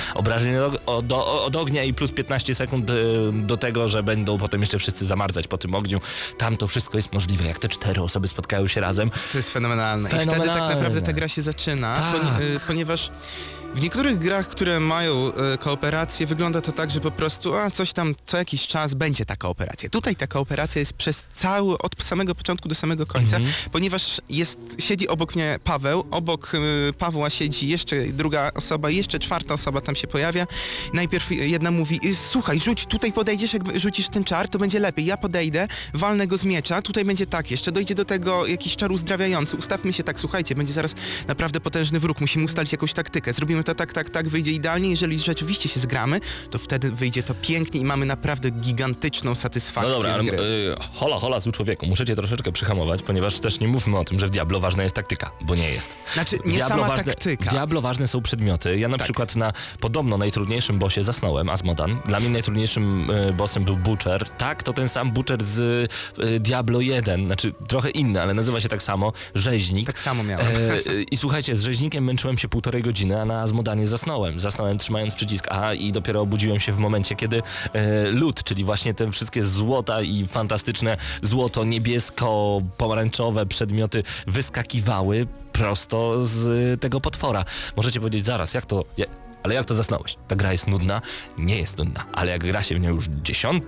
[SPEAKER 1] obrażeń od ognia i plus 15 sekund do tego, że będą potem jeszcze wszyscy zamarzać po tym ogniu. Tam to wszystko jest możliwe, jak te 4 osoby spotkają się razem.
[SPEAKER 5] To jest fenomenalne. I wtedy tak naprawdę ta gra się zaczyna,
[SPEAKER 1] Tak.
[SPEAKER 5] ponieważ w niektórych grach, które mają kooperację, wygląda to tak, że po prostu coś tam co jakiś czas będzie ta kooperacja. Tutaj ta kooperacja jest przez od samego początku do samego końca, ponieważ siedzi obok mnie Paweł, obok Pawła siedzi jeszcze druga osoba, jeszcze 4. osoba tam się pojawia. Najpierw jedna mówi, słuchaj, tutaj podejdziesz, jak rzucisz ten czar, to będzie lepiej. Ja podejdę, walnę go z miecza, tutaj będzie tak, jeszcze dojdzie do tego jakiś czar uzdrawiający. Ustawmy się tak, słuchajcie, będzie zaraz naprawdę potężny wróg, musimy ustalić jakąś taktykę. Zrobimy to tak, wyjdzie idealnie. Jeżeli rzeczywiście się zgramy, to wtedy wyjdzie to pięknie i mamy naprawdę gigantyczną satysfakcję
[SPEAKER 1] No dobra,
[SPEAKER 5] z gry.
[SPEAKER 1] hola, zły człowieku, muszę cię troszeczkę przyhamować, ponieważ też nie mówmy o tym, że w Diablo ważna jest taktyka, bo nie jest.
[SPEAKER 5] Znaczy, nie sama taktyka.
[SPEAKER 1] W Diablo ważne są przedmioty. Ja na przykład na podobno najtrudniejszym bossie zasnąłem, Azmodan. Dla mnie najtrudniejszym bossem był Butcher. Tak, to ten sam Butcher z Diablo 1, znaczy trochę inny, ale nazywa się tak samo, Rzeźnik.
[SPEAKER 5] Tak samo miałem.
[SPEAKER 1] I słuchajcie, z Rzeźnikiem męczyłem się 1,5 godziny, a na Azmodanie zasnąłem. Zasnąłem trzymając przycisk A i dopiero obudziłem się w momencie, kiedy lód, czyli właśnie te wszystkie złota i fantastyczne złoto, niebiesko, pomarańczowe przedmioty wyskakiwały prosto z tego potwora. Możecie powiedzieć zaraz, ale jak to zasnąłeś? Ta gra jest nudna? Nie jest nudna, ale jak gra się w nią już 10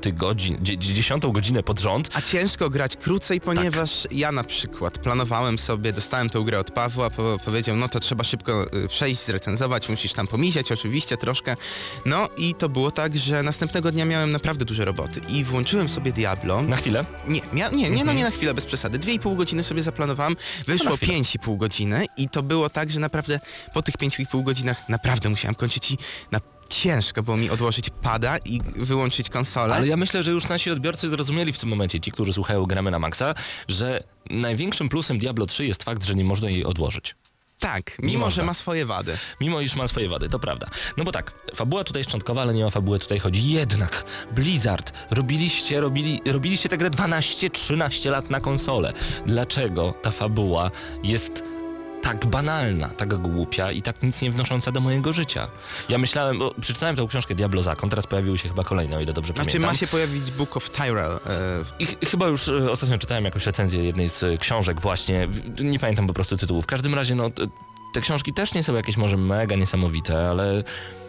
[SPEAKER 1] godzinę pod rząd...
[SPEAKER 5] A ciężko grać krócej, ponieważ ja na przykład planowałem sobie, dostałem tę grę od Pawła, powiedział, no to trzeba szybko przejść, zrecenzować, musisz tam pomisiać oczywiście troszkę. No i to było tak, że następnego dnia miałem naprawdę dużo roboty i włączyłem sobie Diablo.
[SPEAKER 1] Na chwilę?
[SPEAKER 5] Nie na chwilę, bez przesady. 2,5 godziny sobie zaplanowałem, wyszło 5,5 godziny i to było tak, że naprawdę po tych 5,5 godzinach naprawdę musiałem kończyć i ciężko było mi odłożyć pada i wyłączyć konsolę.
[SPEAKER 1] Ale ja myślę, że już nasi odbiorcy zrozumieli w tym momencie, ci, którzy słuchają Gramy na Maxa, że największym plusem Diablo 3 jest fakt, że nie można jej odłożyć.
[SPEAKER 5] Tak, mimo że ma swoje wady.
[SPEAKER 1] Mimo iż ma swoje wady, to prawda. No bo tak, fabuła tutaj szczątkowa, ale nie o fabułę tutaj chodzi. Jednak Blizzard, robiliście tę grę 12-13 lat na konsolę. Dlaczego ta fabuła jest tak banalna, tak głupia i tak nic nie wnosząca do mojego życia? Ja myślałem, bo przeczytałem tę książkę Diablo Zakon, teraz pojawiły się chyba kolejne, o ile dobrze pamiętam.
[SPEAKER 5] Ma się pojawić Book of Tyrell.
[SPEAKER 1] I chyba już ostatnio czytałem jakąś recenzję jednej z książek właśnie, nie pamiętam po prostu tytułu. W każdym razie, no, te książki też nie są jakieś może mega niesamowite, ale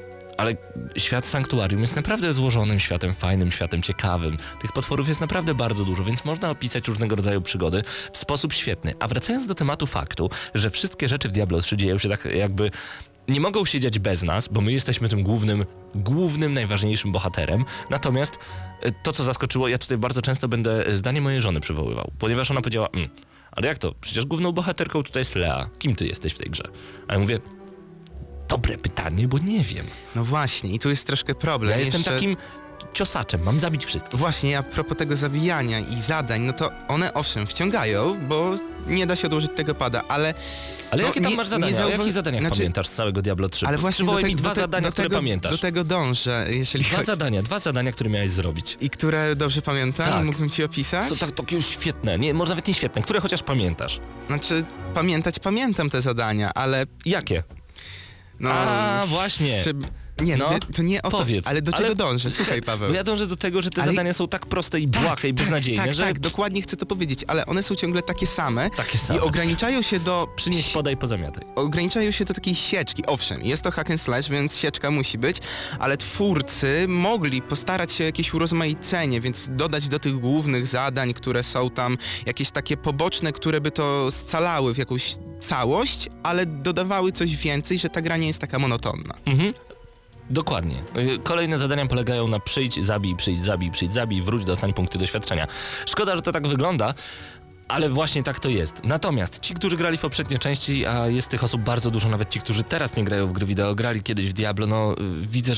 [SPEAKER 1] świat Sanktuarium jest naprawdę złożonym światem, fajnym światem, ciekawym. Tych potworów jest naprawdę bardzo dużo, więc można opisać różnego rodzaju przygody w sposób świetny. A wracając do tematu faktu, że wszystkie rzeczy w Diablo 3 dzieją się tak jakby... Nie mogą się dziać bez nas, bo my jesteśmy tym głównym, najważniejszym bohaterem. Natomiast to, co zaskoczyło, ja tutaj bardzo często będę zdanie mojej żony przywoływał, ponieważ ona powiedziała, ale jak to? Przecież główną bohaterką tutaj jest Lea. Kim ty jesteś w tej grze? A ja mówię, dobre pytanie, bo nie wiem.
[SPEAKER 5] No właśnie, i tu jest troszkę problem.
[SPEAKER 1] Ja jestem takim ciosaczem, mam zabić wszystkich.
[SPEAKER 5] Właśnie, a propos tego zabijania i zadań, no to one owszem wciągają, bo nie da się odłożyć tego pada, ale...
[SPEAKER 1] Ale jakie tam masz zadania? O jakich zadaniach pamiętasz z całego Diablo 3?
[SPEAKER 5] Ale właśnie
[SPEAKER 1] Przywołaj mi 2 zadania, które pamiętasz.
[SPEAKER 5] Do tego dążę, jeżeli
[SPEAKER 1] Dwa zadania, które miałeś zrobić.
[SPEAKER 5] I które dobrze pamiętam?
[SPEAKER 1] Tak.
[SPEAKER 5] Mógłbym ci opisać?
[SPEAKER 1] Są tak już świetne, nie, może nawet nie świetne, które chociaż pamiętasz.
[SPEAKER 5] Znaczy, pamiętam te zadania, ale...
[SPEAKER 1] Jakie?
[SPEAKER 5] No...
[SPEAKER 1] właśnie.
[SPEAKER 5] Nie, no, to nie o to,
[SPEAKER 1] powiedz,
[SPEAKER 5] ale do czego dążę? Słuchaj, Paweł.
[SPEAKER 1] Bo ja dążę do tego, że te zadania są tak proste i błahe i beznadziejne, że...
[SPEAKER 5] Tak, dokładnie chcę to powiedzieć, ale one są ciągle takie same.
[SPEAKER 1] Takie same.
[SPEAKER 5] I ograniczają się do...
[SPEAKER 1] Przynieś, podaj, pozamiataj.
[SPEAKER 5] Ograniczają się do takiej sieczki. Owszem, jest to hack and slash, więc sieczka musi być, ale twórcy mogli postarać się o jakieś urozmaicenie, więc dodać do tych głównych zadań, które są tam, jakieś takie poboczne, które by to scalały w jakąś całość, ale dodawały coś więcej, że ta gra nie jest taka monotonna.
[SPEAKER 1] Dokładnie. Kolejne zadania polegają na przyjdź, zabij, wróć, dostań punkty doświadczenia. Szkoda, że to tak wygląda, ale właśnie tak to jest. Natomiast ci, którzy grali w poprzednie części, a jest tych osób bardzo dużo, nawet ci, którzy teraz nie grają w gry wideo, grali kiedyś w Diablo, no widzę, że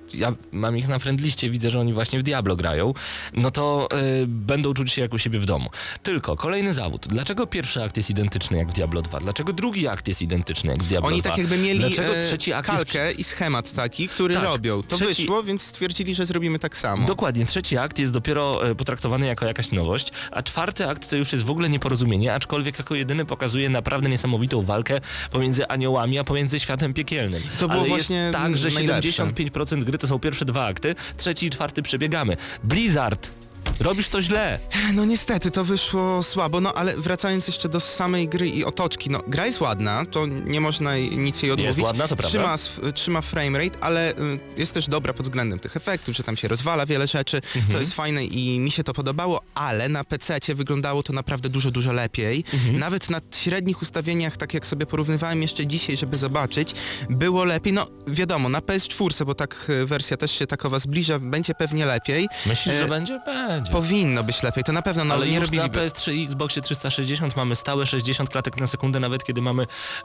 [SPEAKER 1] ja mam ich na friendliście, widzę, że oni właśnie w Diablo grają, no to będą czuć się jak u siebie w domu. Tylko kolejny zawód. Dlaczego pierwszy akt jest identyczny jak w Diablo 2? Dlaczego drugi akt jest identyczny jak w Diablo 2?
[SPEAKER 5] Oni tak jakby mieli
[SPEAKER 1] Dlaczego trzeci akt
[SPEAKER 5] kalkę i schemat taki, który
[SPEAKER 1] Tak,
[SPEAKER 5] robią. To
[SPEAKER 1] trzeci-
[SPEAKER 5] wyszło, więc stwierdzili, że zrobimy tak samo.
[SPEAKER 1] Dokładnie, trzeci akt jest dopiero potraktowany jako jakaś nowość, a czwarty akt to już jest w ogóle nieporozumienie, aczkolwiek jako jedyny pokazuje naprawdę niesamowitą walkę pomiędzy aniołami, a pomiędzy światem piekielnym.
[SPEAKER 5] To było
[SPEAKER 1] Ale
[SPEAKER 5] właśnie
[SPEAKER 1] jest tak, że
[SPEAKER 5] najlepsze.
[SPEAKER 1] 75% gry to są pierwsze dwa akty, trzeci i czwarty przebiegamy. Blizzard! Robisz to źle.
[SPEAKER 5] No niestety, to wyszło słabo, no ale wracając jeszcze do samej gry i otoczki, no gra jest ładna, to nie można nic jej odmówić.
[SPEAKER 1] Jest ładna, to prawda.
[SPEAKER 5] Trzyma framerate, ale jest też dobra pod względem tych efektów, że tam się rozwala wiele rzeczy, to jest fajne i mi się to podobało, ale na PC-cie wyglądało to naprawdę dużo, dużo lepiej. Nawet na średnich ustawieniach, tak jak sobie porównywałem jeszcze dzisiaj, żeby zobaczyć, było lepiej. No wiadomo, na PS4, bo tak wersja też się takowa zbliża, będzie pewnie lepiej.
[SPEAKER 1] Myślisz, że będzie? Będzie.
[SPEAKER 5] Powinno być lepiej, to na pewno, no
[SPEAKER 1] Ale
[SPEAKER 5] nie
[SPEAKER 1] już
[SPEAKER 5] robiliby.
[SPEAKER 1] na PS3 i Xboxie 360 mamy stałe 60 klatek na sekundę, nawet kiedy mamy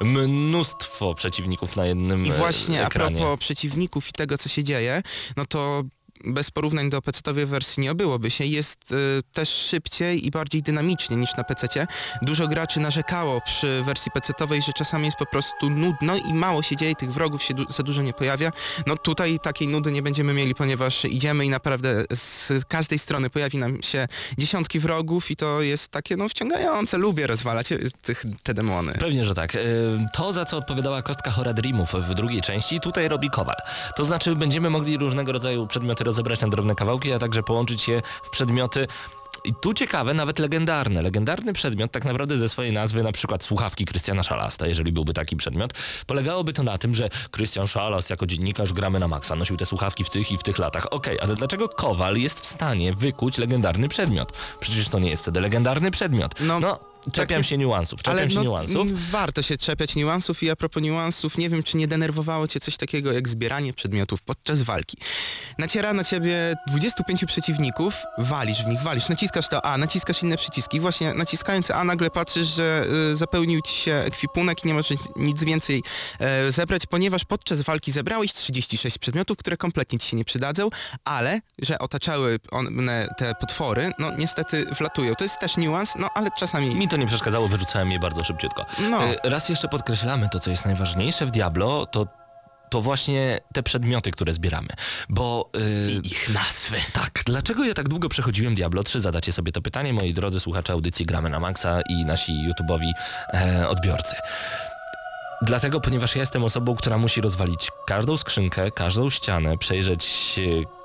[SPEAKER 1] mnóstwo przeciwników na jednym
[SPEAKER 5] I właśnie
[SPEAKER 1] ekranie.
[SPEAKER 5] a propos przeciwników i tego, co się dzieje, no to bez porównań do PC-owej wersji nie obyłoby się. Jest też szybciej i bardziej dynamicznie niż na PC-cie. Dużo graczy narzekało przy wersji PC-owej, że czasami jest po prostu nudno i mało się dzieje, tych wrogów się za dużo nie pojawia. No tutaj takiej nudy nie będziemy mieli, ponieważ idziemy i naprawdę z każdej strony pojawi nam się dziesiątki wrogów i to jest takie no wciągające. Lubię rozwalać te demony.
[SPEAKER 1] Pewnie, że tak. To, za co odpowiadała kostka Horadrimów w drugiej części, tutaj robi Kowal. To znaczy będziemy mogli różnego rodzaju przedmioty rozebrać na drobne kawałki, a także połączyć je w przedmioty. I tu ciekawe, nawet legendarne. Legendarny przedmiot tak naprawdę ze swojej nazwy, na przykład słuchawki Krystiana Szalasta, jeżeli byłby taki przedmiot, polegałoby to na tym, że Krystian Szalast jako dziennikarz Gramy na Maxa nosił te słuchawki w tych i w tych latach. Okej, ale dlaczego Kowal jest w stanie wykuć legendarny przedmiot? Przecież to nie jest wtedy legendarny przedmiot. No czepiam się niuansów,
[SPEAKER 5] warto się czepiać niuansów i a propos niuansów, nie wiem, czy nie denerwowało cię coś takiego jak zbieranie przedmiotów podczas walki. Naciera na ciebie 25 przeciwników, walisz w nich, naciskasz to A, naciskasz inne przyciski, właśnie naciskając A nagle patrzysz, że zapełnił ci się ekwipunek i nie możesz nic więcej zebrać, ponieważ podczas walki zebrałeś 36 przedmiotów, które kompletnie ci się nie przydadzą, ale że otaczały one te potwory, no niestety wlatują. To jest też niuans, no ale czasami...
[SPEAKER 1] Mi to nie przeszkadzało, wyrzucałem je bardzo szybciutko.
[SPEAKER 5] No.
[SPEAKER 1] Raz jeszcze podkreślamy to, co jest najważniejsze w Diablo, to właśnie te przedmioty, które zbieramy. Bo...
[SPEAKER 5] I ich nazwy.
[SPEAKER 1] Tak. Dlaczego ja tak długo przechodziłem Diablo 3? Zadacie sobie to pytanie, moi drodzy słuchacze audycji Gramy na Maxa i nasi YouTube'owi odbiorcy. Dlatego, ponieważ ja jestem osobą, która musi rozwalić każdą skrzynkę, każdą ścianę, przejrzeć...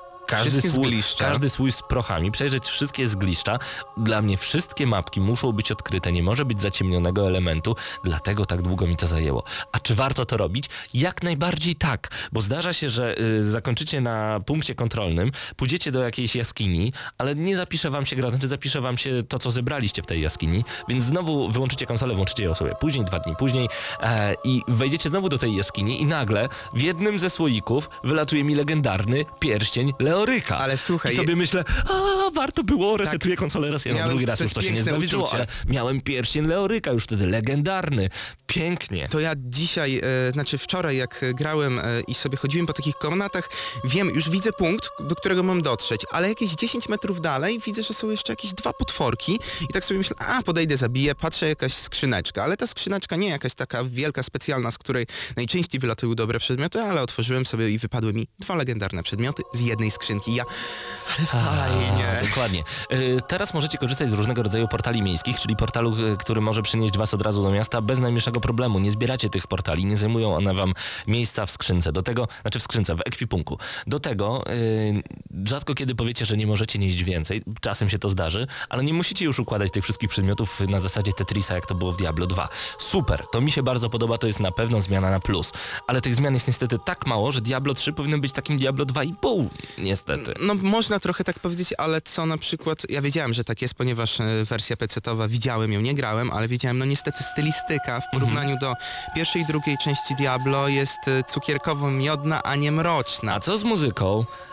[SPEAKER 1] Każdy słój z prochami, przejrzeć wszystkie zgliszcza. Dla mnie wszystkie mapki muszą być odkryte, nie może być zaciemnionego elementu, dlatego tak długo mi to zajęło. A czy warto to robić? Jak najbardziej tak, bo zdarza się, że zakończycie na punkcie kontrolnym, pójdziecie do jakiejś jaskini, ale nie zapisze wam się gra, znaczy zapisze wam się to, co zebraliście w tej jaskini, więc znowu wyłączycie konsolę, włączycie ją sobie później, 2 dni później i wejdziecie znowu do tej jaskini i nagle w jednym ze słoików wylatuje mi legendarny pierścień Leoryka.
[SPEAKER 5] Ale słuchaj...
[SPEAKER 1] I sobie myślę, warto było, resetuję konsolę raz, drugi raz już to się nie zdarzyło, ale miałem pierścień Leoryka już wtedy, legendarny, pięknie.
[SPEAKER 5] To ja dzisiaj, wczoraj jak grałem i sobie chodziłem po takich komnatach, już widzę punkt, do którego mam dotrzeć, ale jakieś 10 metrów dalej widzę, że są jeszcze jakieś 2 potworki i tak sobie myślę, podejdę, zabiję, patrzę, jakaś skrzyneczka, ale ta skrzyneczka nie jakaś taka wielka, specjalna, z której najczęściej wylatują dobre przedmioty, ale otworzyłem sobie i wypadły mi 2 legendarne przedmioty z jednej skrzynki. Ale fajnie.
[SPEAKER 1] Dokładnie. Teraz możecie korzystać z różnego rodzaju portali miejskich, czyli portalu, który może przenieść was od razu do miasta bez najmniejszego problemu. Nie zbieracie tych portali, nie zajmują one wam miejsca w skrzynce. W ekwipunku. Do tego rzadko kiedy powiecie, że nie możecie nieść więcej. Czasem się to zdarzy, ale nie musicie już układać tych wszystkich przedmiotów na zasadzie Tetrisa, jak to było w Diablo 2. Super, to mi się bardzo podoba, to jest na pewno zmiana na plus. Ale tych zmian jest niestety tak mało, że Diablo 3 powinno być takim Diablo 2,5. Niestety.
[SPEAKER 5] No można trochę tak powiedzieć, ale co na przykład, ja wiedziałem, że tak jest, ponieważ wersja PC-towa, widziałem ją, nie grałem, ale wiedziałem, no niestety stylistyka w porównaniu do pierwszej i drugiej części Diablo jest cukierkowo-miodna, a nie mroczna.
[SPEAKER 1] A co z muzyką?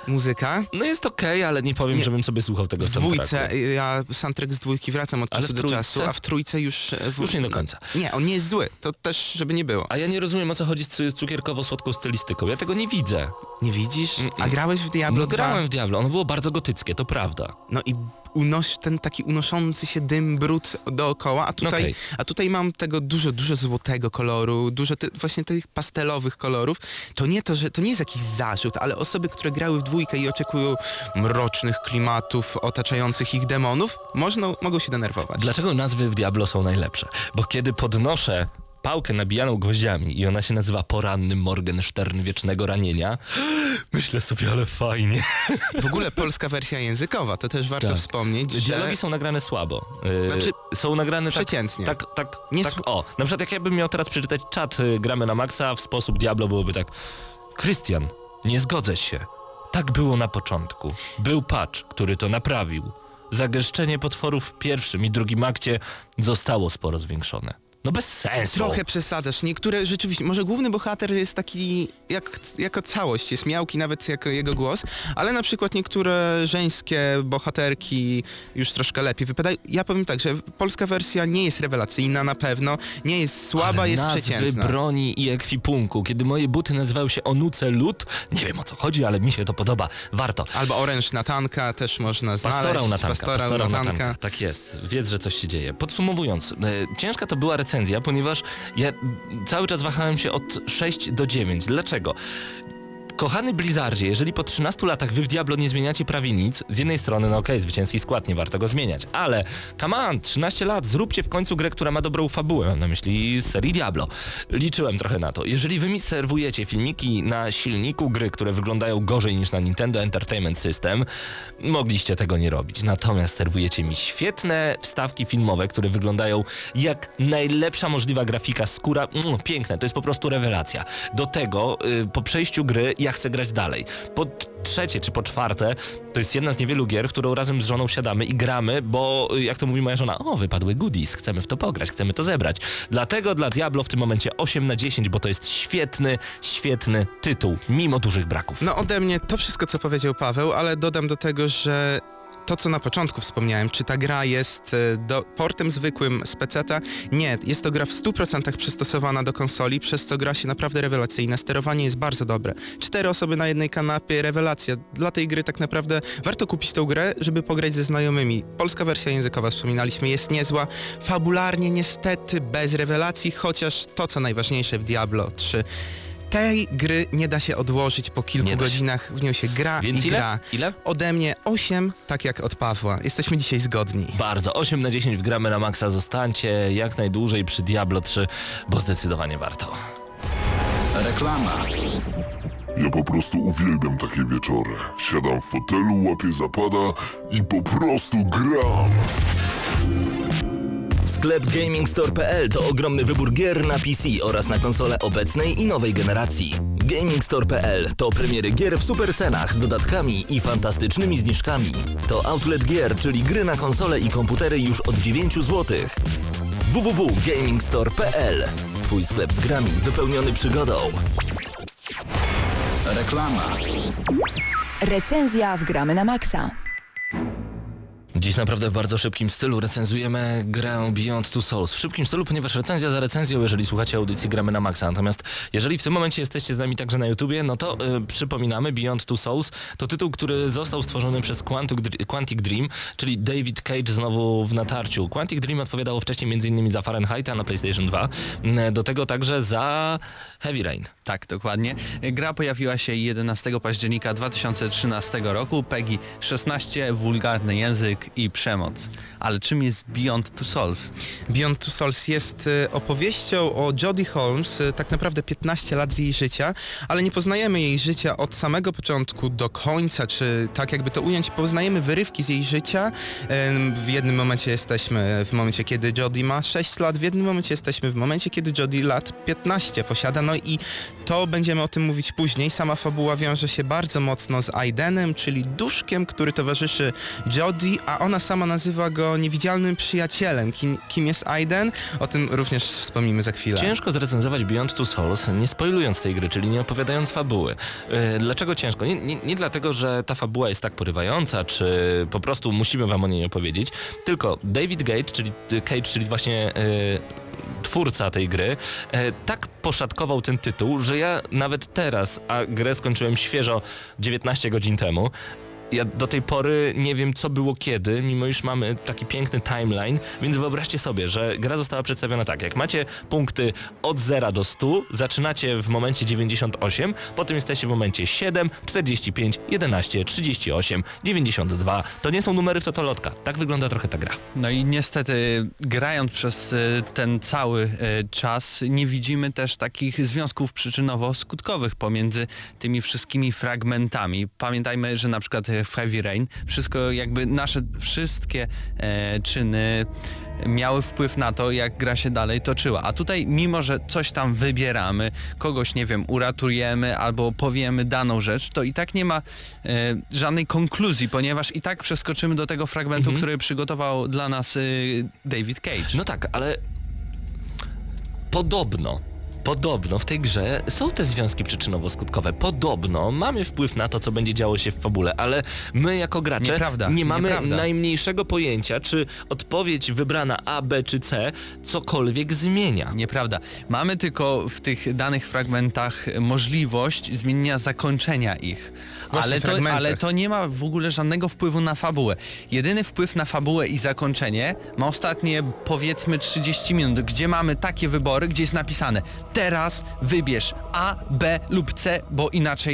[SPEAKER 5] muzyka.
[SPEAKER 1] No jest okej, ale nie powiem,
[SPEAKER 5] Nie.
[SPEAKER 1] żebym sobie słuchał tego
[SPEAKER 5] W
[SPEAKER 1] soundtracku.
[SPEAKER 5] dwójce, ja soundtrack z dwójki wracam od
[SPEAKER 1] Ale
[SPEAKER 5] czasu
[SPEAKER 1] w
[SPEAKER 5] do
[SPEAKER 1] trójce?
[SPEAKER 5] czasu, a w trójce już...
[SPEAKER 1] Już nie do końca.
[SPEAKER 5] Nie, on nie jest zły, to też, żeby nie było.
[SPEAKER 1] A ja nie rozumiem, o co chodzi z cukierkowo-słodką stylistyką. Ja tego nie widzę.
[SPEAKER 5] Nie widzisz? A grałeś w Diablo
[SPEAKER 1] No
[SPEAKER 5] 2?
[SPEAKER 1] grałem w Diablo, ono było bardzo gotyckie, to prawda.
[SPEAKER 5] No i ten taki unoszący się dym, brud dookoła,
[SPEAKER 1] Okej.
[SPEAKER 5] a tutaj mam tego dużo złotego koloru, dużo właśnie tych pastelowych kolorów. To nie jest jakiś zarzut, ale osoby, które grały w dwójkę i oczekują mrocznych klimatów otaczających ich demonów, mogą się denerwować.
[SPEAKER 1] Dlaczego nazwy w Diablo są najlepsze? Bo kiedy podnoszę pałkę nabijaną gwoździami i ona się nazywa Poranny Morgenstern Wiecznego Ranienia, myślę sobie, ale fajnie.
[SPEAKER 5] W ogóle polska wersja językowa, to też warto
[SPEAKER 1] Tak.
[SPEAKER 5] wspomnieć, że...
[SPEAKER 1] Dialogi są nagrane słabo.
[SPEAKER 5] Znaczy,
[SPEAKER 1] są nagrane
[SPEAKER 5] przeciętnie.
[SPEAKER 1] Na przykład jak ja bym miał teraz przeczytać czat Gramy na Maxa w sposób Diablo, byłoby tak: Krystian, nie zgodzę się. Tak było na początku. Był patch, który to naprawił. Zagęszczenie potworów w pierwszym i drugim akcie zostało sporo zwiększone. No bez sensu.
[SPEAKER 5] Trochę przesadzasz. Niektóre rzeczywiście, może główny bohater jest taki jako całość, jest miałki nawet jako jego głos, ale na przykład niektóre żeńskie bohaterki już troszkę lepiej wypadają. Ja powiem tak, że polska wersja nie jest rewelacyjna na pewno, nie jest słaba,
[SPEAKER 1] ale
[SPEAKER 5] jest
[SPEAKER 1] nazwy
[SPEAKER 5] przeciętna.
[SPEAKER 1] broni i ekwipunku. Kiedy moje buty nazywały się Onuce Lud, nie wiem o co chodzi, ale mi się to podoba. Warto.
[SPEAKER 5] Albo oręż Natanka też można znaleźć.
[SPEAKER 1] Pastorał Natanka.
[SPEAKER 5] Pastorał Natanka.
[SPEAKER 1] Tak jest. Wiedz, że coś się dzieje. Podsumowując, ciężka to była recenzja, ponieważ ja cały czas wahałem się od 6 do 9. Dlaczego? Kochany Blizzardzie, jeżeli po 13 latach wy w Diablo nie zmieniacie prawie nic, z jednej strony, no okej, zwycięski skład, nie warto go zmieniać, ale come on, 13 lat, zróbcie w końcu grę, która ma dobrą fabułę, mam na myśli serii Diablo. Liczyłem trochę na to. Jeżeli wy mi serwujecie filmiki na silniku gry, które wyglądają gorzej niż na Nintendo Entertainment System, mogliście tego nie robić. Natomiast serwujecie mi świetne wstawki filmowe, które wyglądają jak najlepsza możliwa grafika, skóra, piękne, to jest po prostu rewelacja. Do tego, po przejściu gry, ja chcę grać dalej. Po trzecie czy po czwarte, to jest jedna z niewielu gier, którą razem z żoną siadamy i gramy, bo jak to mówi moja żona, wypadły goodies, chcemy w to pograć, chcemy to zebrać. Dlatego dla Diablo w tym momencie 8/10, bo to jest świetny tytuł, mimo dużych braków.
[SPEAKER 5] No ode mnie to wszystko, co powiedział Paweł, ale dodam do tego, że to, co na początku wspomniałem, czy ta gra jest portem zwykłym z PC-ta? Nie, jest to gra w 100% przystosowana do konsoli, przez co gra się naprawdę rewelacyjna. Sterowanie jest bardzo dobre. 4 osoby na jednej kanapie, rewelacja. Dla tej gry tak naprawdę warto kupić tą grę, żeby pograć ze znajomymi. Polska wersja językowa, wspominaliśmy, jest niezła. Fabularnie niestety bez rewelacji, chociaż to, co najważniejsze w Diablo 3, tej gry nie da się odłożyć po kilku godzinach, w nią się gra.
[SPEAKER 1] Więc
[SPEAKER 5] i gra.
[SPEAKER 1] Ile?
[SPEAKER 5] Ode mnie 8, tak jak od Pawła. Jesteśmy dzisiaj zgodni.
[SPEAKER 1] Bardzo. 8/10 w Gramy na Maxa. Zostańcie jak najdłużej przy Diablo 3, bo zdecydowanie warto.
[SPEAKER 8] Reklama.
[SPEAKER 10] Ja po prostu uwielbiam takie wieczory. Siadam w fotelu, łapię zapada i po prostu gram.
[SPEAKER 2] Sklep GamingStore.pl to ogromny wybór gier na PC oraz na konsole obecnej i nowej generacji. GamingStore.pl to premiery gier w super cenach z dodatkami i fantastycznymi zniżkami. To outlet gier, czyli gry na konsole i komputery już od 9 zł. www.gamingstore.pl. Twój sklep z grami wypełniony przygodą.
[SPEAKER 8] Reklama.
[SPEAKER 11] Recenzja w Gramy na Maxa.
[SPEAKER 1] Dziś naprawdę w bardzo szybkim stylu recenzujemy grę Beyond Two Souls. W szybkim stylu, ponieważ recenzja za recenzją, jeżeli słuchacie audycji Gramy na Maxa. Natomiast jeżeli w tym momencie jesteście z nami także na YouTubie, no to przypominamy, Beyond Two Souls to tytuł, który został stworzony przez Quantic Dream, czyli David Cage znowu w natarciu. Quantic Dream odpowiadało wcześniej m.in. za Fahrenheita na PlayStation 2, do tego także za Heavy Rain.
[SPEAKER 3] Tak, dokładnie. Gra pojawiła się 11 października 2013 roku. PEGI 16, wulgarny język i przemoc. Ale czym jest Beyond Two Souls?
[SPEAKER 5] Beyond Two Souls jest opowieścią o Jodie Holmes, tak naprawdę 15 lat z jej życia, ale nie poznajemy jej życia od samego początku do końca, czy tak jakby to ująć, poznajemy wyrywki z jej życia. W jednym momencie jesteśmy w momencie, kiedy Jodie ma 6 lat, w jednym momencie jesteśmy w momencie, kiedy Jodie lat 15 posiada, no i to będziemy o tym mówić później. Sama fabuła wiąże się bardzo mocno z Aidenem, czyli duszkiem, który towarzyszy Jodie, a ona sama nazywa go niewidzialnym przyjacielem. Kim jest Aiden? O tym również wspomnimy za chwilę.
[SPEAKER 1] Ciężko zrecenzować Beyond Two Souls, nie spoilując tej gry, czyli nie opowiadając fabuły. Dlaczego ciężko? Nie dlatego, że ta fabuła jest tak porywająca, czy po prostu musimy wam o niej opowiedzieć, tylko David Cage, czyli właśnie twórca tej gry, tak poszatkował ten tytuł, że ja nawet teraz, a grę skończyłem świeżo 19 godzin temu, ja do tej pory nie wiem, co było kiedy, mimo iż mamy taki piękny timeline, więc wyobraźcie sobie, że gra została przedstawiona tak, jak macie punkty od 0 do 100, zaczynacie w momencie 98, potem jesteście w momencie 7, 45, 11, 38, 92. To nie są numery w totolotka. Tak wygląda trochę ta gra.
[SPEAKER 3] No i niestety grając przez ten cały czas nie widzimy też takich związków przyczynowo-skutkowych pomiędzy tymi wszystkimi fragmentami. Pamiętajmy, że na przykład w Heavy Rain wszystko jakby nasze wszystkie czyny miały wpływ na to, jak gra się dalej toczyła. A tutaj mimo, że coś tam wybieramy, kogoś, nie wiem, uratujemy albo powiemy daną rzecz, to i tak nie ma żadnej konkluzji, ponieważ i tak przeskoczymy do tego fragmentu, który przygotował dla nas David Cage.
[SPEAKER 1] No tak, ale podobno w tej grze są te związki przyczynowo-skutkowe. Podobno mamy wpływ na to, co będzie działo się w fabule, ale my jako gracze nie mamy najmniejszego pojęcia, czy odpowiedź wybrana A, B czy C cokolwiek zmienia.
[SPEAKER 3] Nieprawda. Mamy tylko w tych danych fragmentach możliwość zmienienia zakończenia ich. Ale to nie ma w ogóle żadnego wpływu na fabułę. Jedyny wpływ na fabułę i zakończenie ma ostatnie, powiedzmy, 30 minut, gdzie mamy takie wybory, gdzie jest napisane: teraz wybierz A, B lub C, bo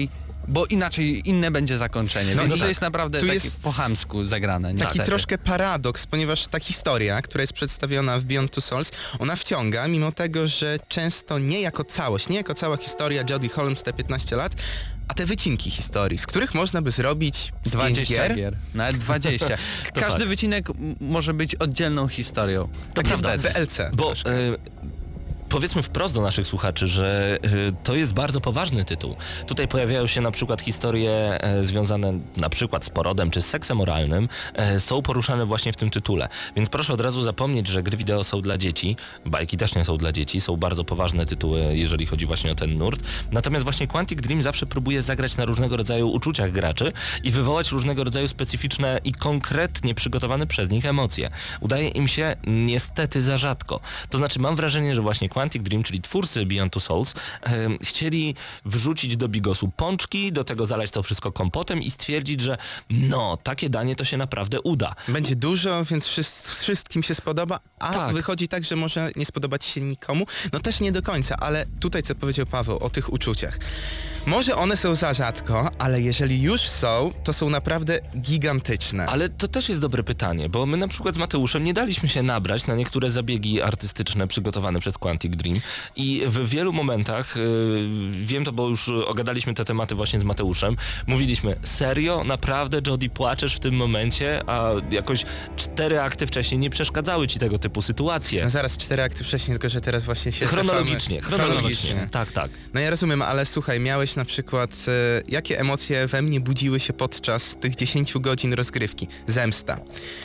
[SPEAKER 3] inaczej inne będzie zakończenie. Więc to jest naprawdę
[SPEAKER 5] tu
[SPEAKER 3] takie
[SPEAKER 5] jest
[SPEAKER 3] po chamsku zagrane.
[SPEAKER 5] Taki troszkę paradoks, ponieważ ta historia, która jest przedstawiona w Beyond Two Souls, ona wciąga, mimo tego, że często nie jako całość, nie jako cała historia Jodie Holmes te 15 lat, a te wycinki historii, z których można by zrobić
[SPEAKER 3] 20 gier. Nawet 20. Każdy wycinek może być oddzielną historią.
[SPEAKER 1] To prawda.
[SPEAKER 5] DLC.
[SPEAKER 1] Bo powiedzmy wprost do naszych słuchaczy, że to jest bardzo poważny tytuł. Tutaj pojawiają się na przykład historie związane na przykład z porodem czy z seksem oralnym, są poruszane właśnie w tym tytule. Więc proszę od razu zapomnieć, że gry wideo są dla dzieci, bajki też nie są dla dzieci, są bardzo poważne tytuły, jeżeli chodzi właśnie o ten nurt. Natomiast właśnie Quantic Dream zawsze próbuje zagrać na różnego rodzaju uczuciach graczy i wywołać różnego rodzaju specyficzne i konkretnie przygotowane przez nich emocje. Udaje im się niestety za rzadko. To znaczy mam wrażenie, że właśnie Quantic Dream, czyli twórcy Beyond Two Souls, chcieli wrzucić do bigosu pączki, do tego zalać to wszystko kompotem i stwierdzić, że no, takie danie to się naprawdę uda.
[SPEAKER 5] Będzie dużo, więc wszystkim się spodoba, a wychodzi tak, że może nie spodobać się nikomu. No też nie do końca, ale tutaj co powiedział Paweł o tych uczuciach. Może one są za rzadko, ale jeżeli już są, to są naprawdę gigantyczne.
[SPEAKER 1] Ale to też jest dobre pytanie, bo my na przykład z Mateuszem nie daliśmy się nabrać na niektóre zabiegi artystyczne przygotowane przez Quantic Dream i w wielu momentach, wiem to, bo już ogadaliśmy te tematy właśnie z Mateuszem, mówiliśmy: serio? Naprawdę, Jodie, płaczesz w tym momencie, a jakoś 4 akty wcześniej nie przeszkadzały ci tego typu sytuacje?
[SPEAKER 5] No zaraz 4 akty wcześniej, tylko że teraz właśnie się
[SPEAKER 1] Chronologicznie. Tak.
[SPEAKER 5] No ja rozumiem, ale słuchaj, miałeś na przykład, jakie emocje we mnie budziły się podczas tych 10 godzin rozgrywki? Zemsta.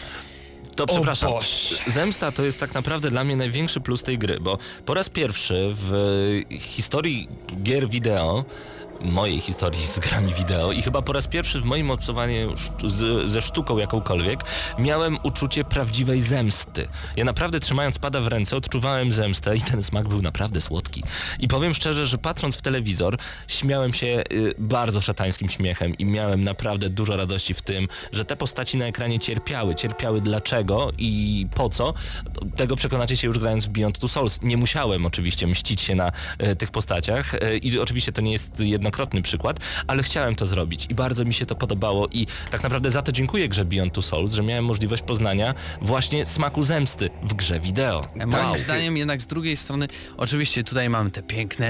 [SPEAKER 1] To przepraszam, Zemsta to jest tak naprawdę dla mnie największy plus tej gry, bo po raz pierwszy w historii gier wideo, mojej historii z grami wideo i chyba po raz pierwszy w moim obcowaniu ze sztuką jakąkolwiek miałem uczucie prawdziwej zemsty. Ja naprawdę, trzymając pada w ręce, odczuwałem zemstę i ten smak był naprawdę słodki. I powiem szczerze, że patrząc w telewizor śmiałem się bardzo szatańskim śmiechem i miałem naprawdę dużo radości w tym, że te postaci na ekranie cierpiały dlaczego i po co. Tego przekonacie się już grając w Beyond Two Souls. Nie musiałem oczywiście mścić się na tych postaciach i oczywiście to nie jest jedna niejednokrotny przykład, ale chciałem to zrobić i bardzo mi się to podobało i tak naprawdę za to dziękuję grze Beyond Two Souls, że miałem możliwość poznania właśnie smaku zemsty w grze wideo.
[SPEAKER 3] Moim zdaniem jednak z drugiej strony, oczywiście tutaj mamy te piękne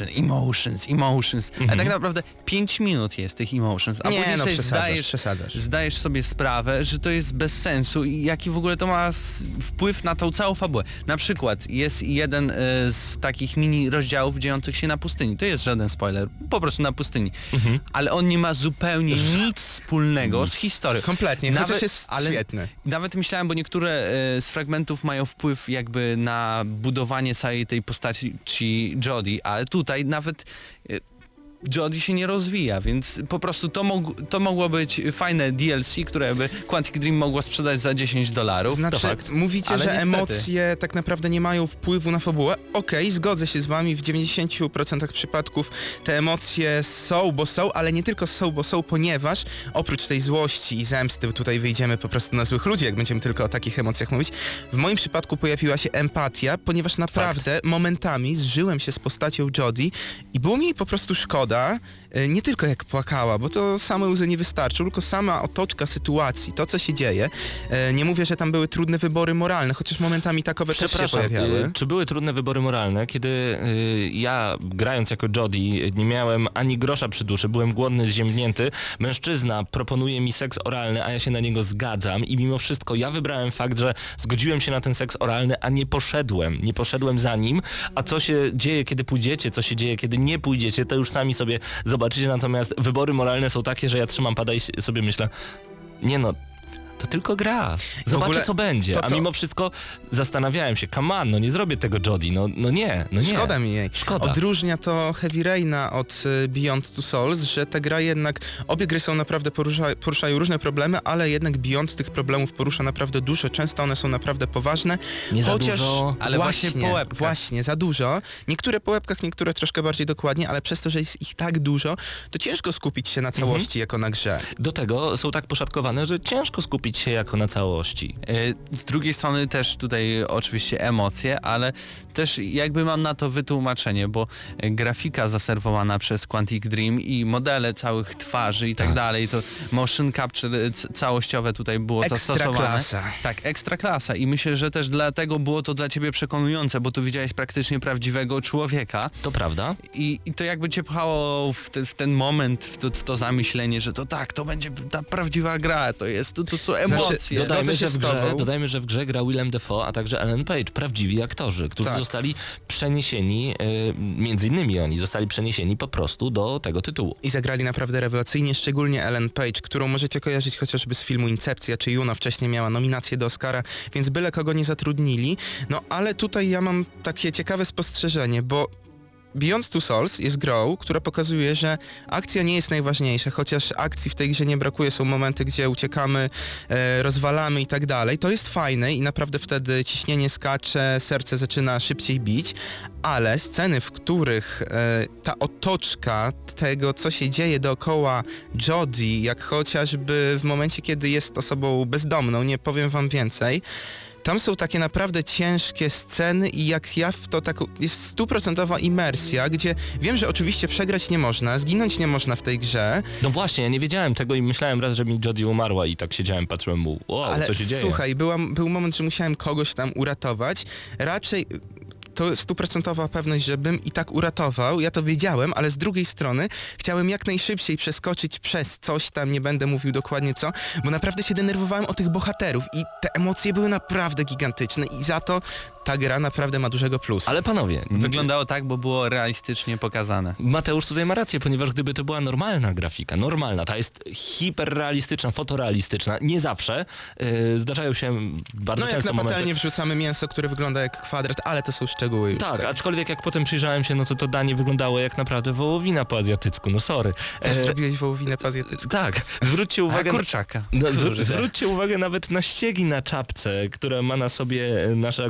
[SPEAKER 3] emotions, ale tak naprawdę 5 minut jest tych emotions, a później sobie zdajesz sobie sprawę, że to jest bez sensu i jaki w ogóle to ma wpływ na tą całą fabułę. Na przykład jest jeden z takich mini rozdziałów dziejących się na pustyni. To jest żaden spoiler, po prostu na pustyni. Ale on nie ma zupełnie nic wspólnego z historią.
[SPEAKER 5] Kompletnie, chociaż jest świetny.
[SPEAKER 3] Nawet myślałem, bo niektóre z fragmentów mają wpływ jakby na budowanie całej tej postaci Jodie, ale tutaj nawet Jodie się nie rozwija, więc po prostu to mogło być fajne DLC, które by Quantic Dream mogło sprzedać za $10.
[SPEAKER 5] Znaczy,
[SPEAKER 3] to fakt.
[SPEAKER 5] mówicie,
[SPEAKER 3] ale
[SPEAKER 5] że
[SPEAKER 3] niestety
[SPEAKER 5] emocje tak naprawdę nie mają wpływu na fabułę. Okej, zgodzę się z wami, w 90% przypadków te emocje są, bo są, ale nie tylko są, bo są, ponieważ oprócz tej złości i zemsty, tutaj wyjdziemy po prostu na złych ludzi, jak będziemy tylko o takich emocjach mówić, w moim przypadku pojawiła się empatia, ponieważ naprawdę momentami zżyłem się z postacią Jodie i było mi jej po prostu szkoda, nie tylko jak płakała, bo to same łzy nie wystarczą, tylko sama otoczka sytuacji, to co się dzieje. Nie mówię, że tam były trudne wybory moralne, chociaż momentami takowe też się pojawiały.
[SPEAKER 1] Czy były trudne wybory moralne, kiedy ja grając jako Jodie nie miałem ani grosza przy duszy, byłem głodny, zziębnięty, mężczyzna proponuje mi seks oralny, a ja się na niego zgadzam i mimo wszystko ja wybrałem fakt, że zgodziłem się na ten seks oralny, a nie poszedłem za nim, a co się dzieje, kiedy pójdziecie, co się dzieje, kiedy nie pójdziecie, to już sami sobie zobaczycie, natomiast wybory moralne są takie, że ja trzymam pada i sobie myślę, nie no, to tylko gra. Zobaczę co będzie. A mimo wszystko zastanawiałem się, come on, no nie zrobię tego Jodie, no nie.
[SPEAKER 5] Szkoda mi jej.
[SPEAKER 1] Szkoda.
[SPEAKER 5] Odróżnia to Heavy Raina od Beyond Two Souls, że ta gra jednak, obie gry są naprawdę, poruszają różne problemy, ale jednak Beyond tych problemów porusza naprawdę dużo, często one są naprawdę poważne.
[SPEAKER 1] Nie za dużo,
[SPEAKER 3] ale właśnie po łebkach.
[SPEAKER 5] Właśnie, za dużo. Niektóre po łebkach, niektóre troszkę bardziej dokładnie, ale przez to, że jest ich tak dużo, to ciężko skupić się na całości jako na grze.
[SPEAKER 1] Do tego są tak poszatkowane, że ciężko skupić się jako na całości.
[SPEAKER 3] Z drugiej strony też tutaj oczywiście emocje, ale też jakby mam na to wytłumaczenie, bo grafika zaserwowana przez Quantic Dream i modele całych twarzy i tak dalej, to motion capture całościowe tutaj było zastosowane.
[SPEAKER 5] Klasa.
[SPEAKER 3] Tak, ekstra klasa i myślę, że też dlatego było to dla ciebie przekonujące, bo tu widziałeś praktycznie prawdziwego człowieka.
[SPEAKER 1] To prawda.
[SPEAKER 3] I to jakby cię pchało w ten moment, w to zamyślenie, że to tak, to będzie ta prawdziwa gra, to są emocje.
[SPEAKER 1] Dodajmy, że w grze gra Willem Dafoe, a także Ellen Page, prawdziwi aktorzy, którzy zostali przeniesieni, między innymi oni zostali przeniesieni po prostu do tego tytułu.
[SPEAKER 5] I zagrali naprawdę rewelacyjnie, szczególnie Ellen Page, którą możecie kojarzyć chociażby z filmu Incepcja, czy Juno wcześniej miała nominację do Oscara, więc byle kogo nie zatrudnili. No ale tutaj ja mam takie ciekawe spostrzeżenie, bo Beyond Two Souls jest grą, która pokazuje, że akcja nie jest najważniejsza, chociaż akcji w tej grze nie brakuje, są momenty, gdzie uciekamy, rozwalamy i tak dalej. To jest fajne i naprawdę wtedy ciśnienie skacze, serce zaczyna szybciej bić, ale sceny, w których ta otoczka tego, co się dzieje dookoła Jodie, jak chociażby w momencie, kiedy jest osobą bezdomną, nie powiem wam więcej, tam są takie naprawdę ciężkie sceny i jak ja w to tak jest 100% imersja, gdzie wiem, że oczywiście przegrać nie można, zginąć nie można w tej grze.
[SPEAKER 1] No właśnie, ja nie wiedziałem tego i myślałem raz, że mi Jodie umarła i tak siedziałem, patrzyłem mu, wow, co się dzieje.
[SPEAKER 5] Słuchaj, był moment, że musiałem kogoś tam uratować. Raczej to 100% pewność, że bym i tak uratował, ja to wiedziałem, ale z drugiej strony chciałem jak najszybciej przeskoczyć przez coś tam, nie będę mówił dokładnie co, bo naprawdę się denerwowałem o tych bohaterów i te emocje były naprawdę gigantyczne i za to ta gra naprawdę ma dużego plusa.
[SPEAKER 1] Ale panowie...
[SPEAKER 3] Wyglądało tak, bo było realistycznie pokazane.
[SPEAKER 1] Mateusz tutaj ma rację, ponieważ gdyby to była normalna grafika, ta jest hiperrealistyczna, fotorealistyczna, nie zawsze, zdarzają się bardzo często
[SPEAKER 5] jak na
[SPEAKER 1] momenty...
[SPEAKER 5] patelnię wrzucamy mięso, które wygląda jak kwadrat, ale to są szczegóły już.
[SPEAKER 1] Tak, aczkolwiek jak potem przyjrzałem się, no to danie wyglądało jak naprawdę wołowina po azjatycku, no sorry.
[SPEAKER 5] Zrobiłeś wołowinę po azjatycku?
[SPEAKER 1] Tak, zwróćcie uwagę...
[SPEAKER 3] kurczaka.
[SPEAKER 1] Zwróćcie uwagę nawet na ściegi na czapce, które ma na sobie nasza główna bohaterka.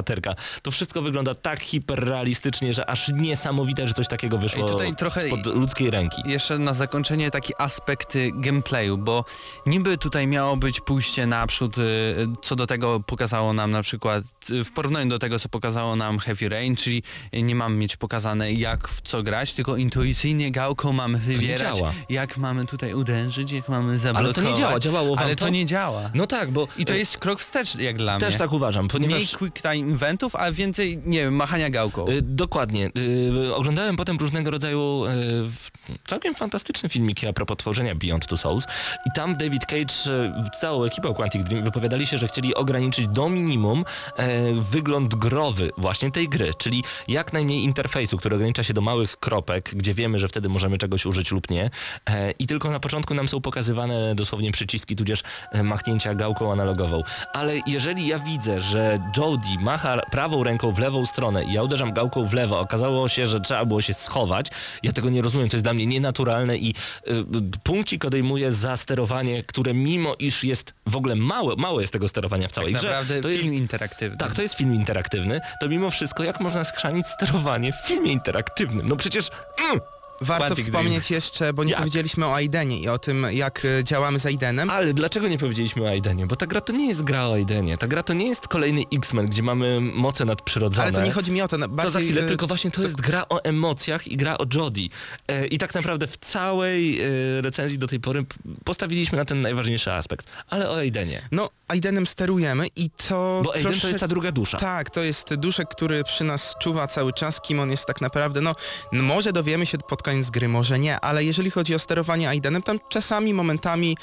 [SPEAKER 1] bohaterka. To wszystko wygląda tak hiperrealistycznie, że aż niesamowite, że coś takiego wyszło
[SPEAKER 3] I tutaj trochę
[SPEAKER 1] spod ludzkiej ręki.
[SPEAKER 3] Jeszcze na zakończenie taki aspekt gameplayu, bo niby tutaj miało być pójście naprzód, co do tego pokazało nam na przykład, w porównaniu do tego, co pokazało nam Heavy Rain, czyli nie mamy mieć pokazane jak w co grać, tylko intuicyjnie gałką mamy wybierać, jak mamy tutaj uderzyć, jak mamy zablokować.
[SPEAKER 1] Ale to nie działa, działało wam
[SPEAKER 3] Ale
[SPEAKER 1] to?
[SPEAKER 3] to nie działa.
[SPEAKER 1] No tak, bo...
[SPEAKER 3] I to jest krok wstecz jak dla mnie.
[SPEAKER 1] Też tak uważam, ponieważ...
[SPEAKER 3] Mniej quick time eventów, a więcej, nie wiem, machania gałką.
[SPEAKER 1] Dokładnie. Oglądałem potem różnego rodzaju całkiem fantastyczne filmiki a propos tworzenia Beyond Two Souls i tam David Cage, całą ekipą Quantic Dream wypowiadali się, że chcieli ograniczyć do minimum wygląd growy właśnie tej gry, czyli jak najmniej interfejsu, który ogranicza się do małych kropek, gdzie wiemy, że wtedy możemy czegoś użyć lub nie i tylko na początku nam są pokazywane dosłownie przyciski, tudzież machnięcia gałką analogową. Ale jeżeli ja widzę, że Jodie macha prawą ręką w lewą stronę i ja uderzam gałką w lewo, okazało się, że trzeba było się schować, ja tego nie rozumiem, to jest dla mnie nienaturalne i punkcik odejmuje za sterowanie, które mimo iż jest w ogóle mało jest tego sterowania w całej
[SPEAKER 3] tak
[SPEAKER 1] grze.
[SPEAKER 3] Naprawdę
[SPEAKER 1] To
[SPEAKER 3] film
[SPEAKER 1] jest
[SPEAKER 3] interaktywny.
[SPEAKER 1] Tak, to jest film interaktywny, to mimo wszystko jak można schrzanić sterowanie w filmie interaktywnym? No przecież...
[SPEAKER 5] Warto
[SPEAKER 3] Quantic
[SPEAKER 5] wspomnieć jeszcze, bo nie powiedzieliśmy o Aidenie i o tym, jak działamy z Aidenem.
[SPEAKER 1] Ale dlaczego nie powiedzieliśmy o Aidenie? Bo ta gra to nie jest gra o Aidenie. Ta gra to nie jest kolejny X-Men, gdzie mamy moce nadprzyrodzone.
[SPEAKER 5] Ale to nie chodzi mi o to.
[SPEAKER 1] To za chwilę, tylko właśnie to jest gra o emocjach i gra o Jodie. I tak naprawdę w całej recenzji do tej pory postawiliśmy na ten najważniejszy aspekt. Ale o Aidenie.
[SPEAKER 5] No, Aidenem sterujemy i to...
[SPEAKER 1] Bo Aiden to jest ta druga dusza.
[SPEAKER 5] Tak, to jest duszek, który przy nas czuwa cały czas, kim on jest tak naprawdę. No może dowiemy się pod koniec gry, może nie, ale jeżeli chodzi o sterowanie Aidenem, tam czasami, momentami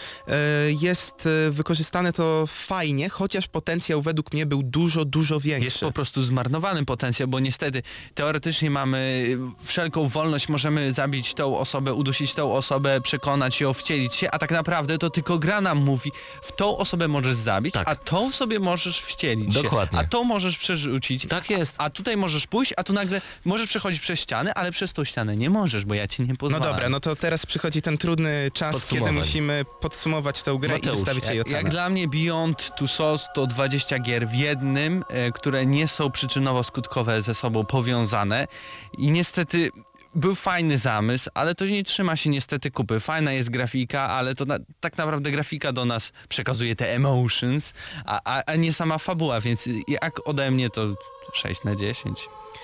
[SPEAKER 5] jest wykorzystane to fajnie, chociaż potencjał według mnie był dużo większy.
[SPEAKER 3] Jest po prostu zmarnowany potencjał, bo niestety teoretycznie mamy wszelką wolność, możemy zabić tą osobę, udusić tą osobę, przekonać ją, wcielić się, a tak naprawdę to tylko gra nam mówi, w tą osobę możesz zabić,
[SPEAKER 1] Tak.
[SPEAKER 3] a tą sobie możesz wcielić
[SPEAKER 1] Dokładnie.
[SPEAKER 3] się, a tą możesz przerzucić.
[SPEAKER 1] Tak jest.
[SPEAKER 3] A tutaj możesz pójść, a tu nagle możesz przechodzić przez ścianę, ale przez tą ścianę nie możesz, bo ja ci nie
[SPEAKER 5] No
[SPEAKER 3] pozwalam.
[SPEAKER 5] dobra, no to teraz przychodzi ten trudny czas, kiedy musimy podsumować tę grę
[SPEAKER 1] Mateusz,
[SPEAKER 5] i wystawić jej ocenę.
[SPEAKER 3] Jak dla mnie Beyond Two Souls to 20 gier w jednym, które nie są przyczynowo-skutkowe ze sobą powiązane i niestety był fajny zamysł, ale to nie trzyma się niestety kupy. Fajna jest grafika, ale to tak naprawdę grafika do nas przekazuje te emotions, a nie sama fabuła, więc jak ode mnie to 6 na 10.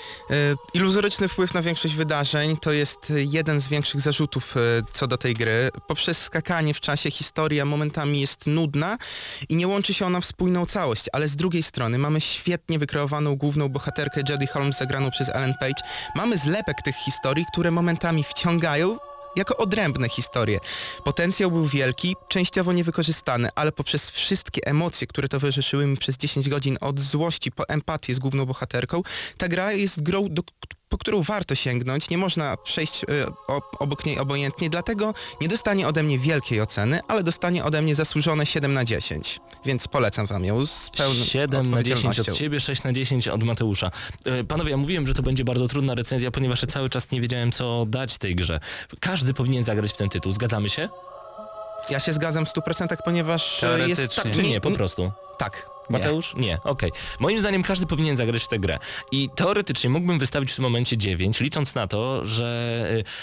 [SPEAKER 5] Iluzoryczny wpływ na większość wydarzeń to jest jeden z większych zarzutów co do tej gry. Poprzez skakanie w czasie historia momentami jest nudna i nie łączy się ona w spójną całość, ale z drugiej strony mamy świetnie wykreowaną główną bohaterkę Jodie Holmes zagraną przez Ellen Page. Mamy zlepek tych historii, które momentami wciągają jako odrębne historie. Potencjał był wielki, częściowo niewykorzystany, ale poprzez wszystkie emocje, które towarzyszyły mi przez 10 godzin od złości po empatię z główną bohaterką, ta gra jest grą, po którą warto sięgnąć, nie można przejść obok niej obojętnie, dlatego nie dostanie ode mnie wielkiej oceny, ale dostanie ode mnie zasłużone 7 na 10, więc polecam wam ją z pełną
[SPEAKER 1] 7 na 10
[SPEAKER 5] odpowiedzialnością.
[SPEAKER 1] od ciebie, 6 na 10 od Mateusza. Panowie, ja mówiłem, że to będzie bardzo trudna recenzja, ponieważ ja cały czas nie wiedziałem, co dać tej grze. Każdy powinien zagrać w ten tytuł, zgadzamy się?
[SPEAKER 5] Ja się zgadzam w 100%, ponieważ jest...
[SPEAKER 3] Teoretycznie.
[SPEAKER 1] Czy nie, po prostu?
[SPEAKER 5] Tak.
[SPEAKER 1] Mateusz? Nie, okej. Moim zdaniem każdy powinien zagrać w tę grę. I teoretycznie mógłbym wystawić w tym momencie 9, licząc na to, że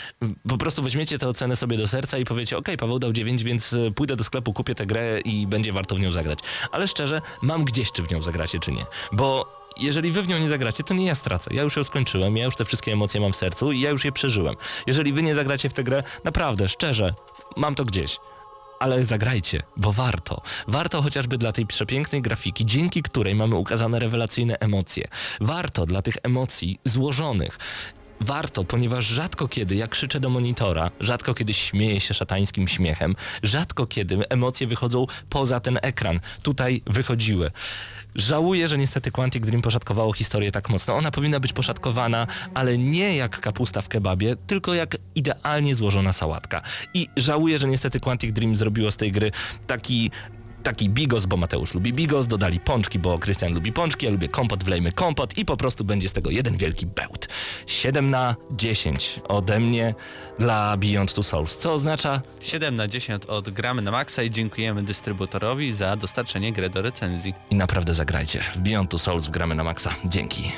[SPEAKER 1] po prostu weźmiecie tę ocenę sobie do serca i powiecie, okej, Paweł dał 9, więc pójdę do sklepu, kupię tę grę i będzie warto w nią zagrać. Ale szczerze, mam gdzieś, czy w nią zagracie, czy nie. Bo jeżeli wy w nią nie zagracie, to nie ja stracę. Ja już ją skończyłem, ja już te wszystkie emocje mam w sercu i ja już je przeżyłem. Jeżeli wy nie zagracie w tę grę, naprawdę, szczerze, mam to gdzieś. Ale zagrajcie, bo warto. Warto chociażby dla tej przepięknej grafiki, dzięki której mamy ukazane rewelacyjne emocje. Warto dla tych emocji złożonych. Warto, ponieważ rzadko kiedy ja krzyczę do monitora, rzadko kiedy śmieję się szatańskim śmiechem, rzadko kiedy emocje wychodzą poza ten ekran. Tutaj wychodziły. Żałuję, że niestety Quantic Dream poszatkowało historię tak mocno. Ona powinna być poszatkowana, ale nie jak kapusta w kebabie, tylko jak idealnie złożona sałatka. I żałuję, że niestety Quantic Dream zrobiło z tej gry taki taki bigos, bo Mateusz lubi bigos, dodali pączki, bo Krystian lubi pączki, ja lubię kompot, wlejmy kompot i po prostu będzie z tego jeden wielki bełt. 7/10 ode mnie dla Beyond Two Souls, co oznacza
[SPEAKER 3] 7/10 od Gramy na Maxa i dziękujemy dystrybutorowi za dostarczenie gry do recenzji.
[SPEAKER 1] i naprawdę zagrajcie. W Beyond Two Souls Gramy na Maxa. Dzięki.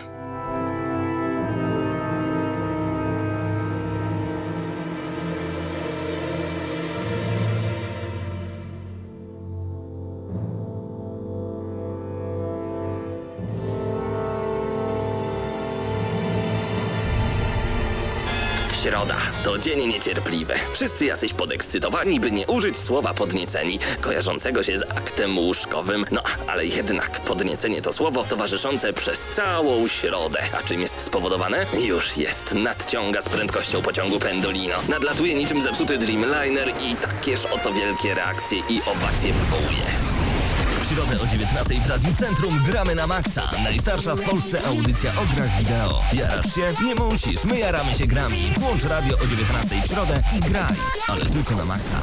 [SPEAKER 2] Środa to dzień niecierpliwy. Wszyscy jacyś podekscytowani, by nie użyć słowa podnieceni, kojarzącego się z aktem łóżkowym. No, ale jednak podniecenie to słowo towarzyszące przez całą środę. A czym jest spowodowane? Już jest. Nadciąga z prędkością pociągu Pendolino. Nadlatuje niczym zepsuty Dreamliner i takież oto wielkie reakcje i owacje wywołuje.
[SPEAKER 11] W środę o 19:00 w Radiu Centrum Gramy na Maxa. Najstarsza w Polsce audycja o grach wideo. Jarasz się? Nie musisz. My jaramy się grami. Włącz radio o 19:00 w środę i graj. Ale tylko na Maxa.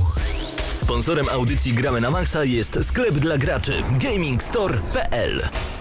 [SPEAKER 11] Sponsorem audycji Gramy na Maxa jest sklep dla graczy GamingStore.pl.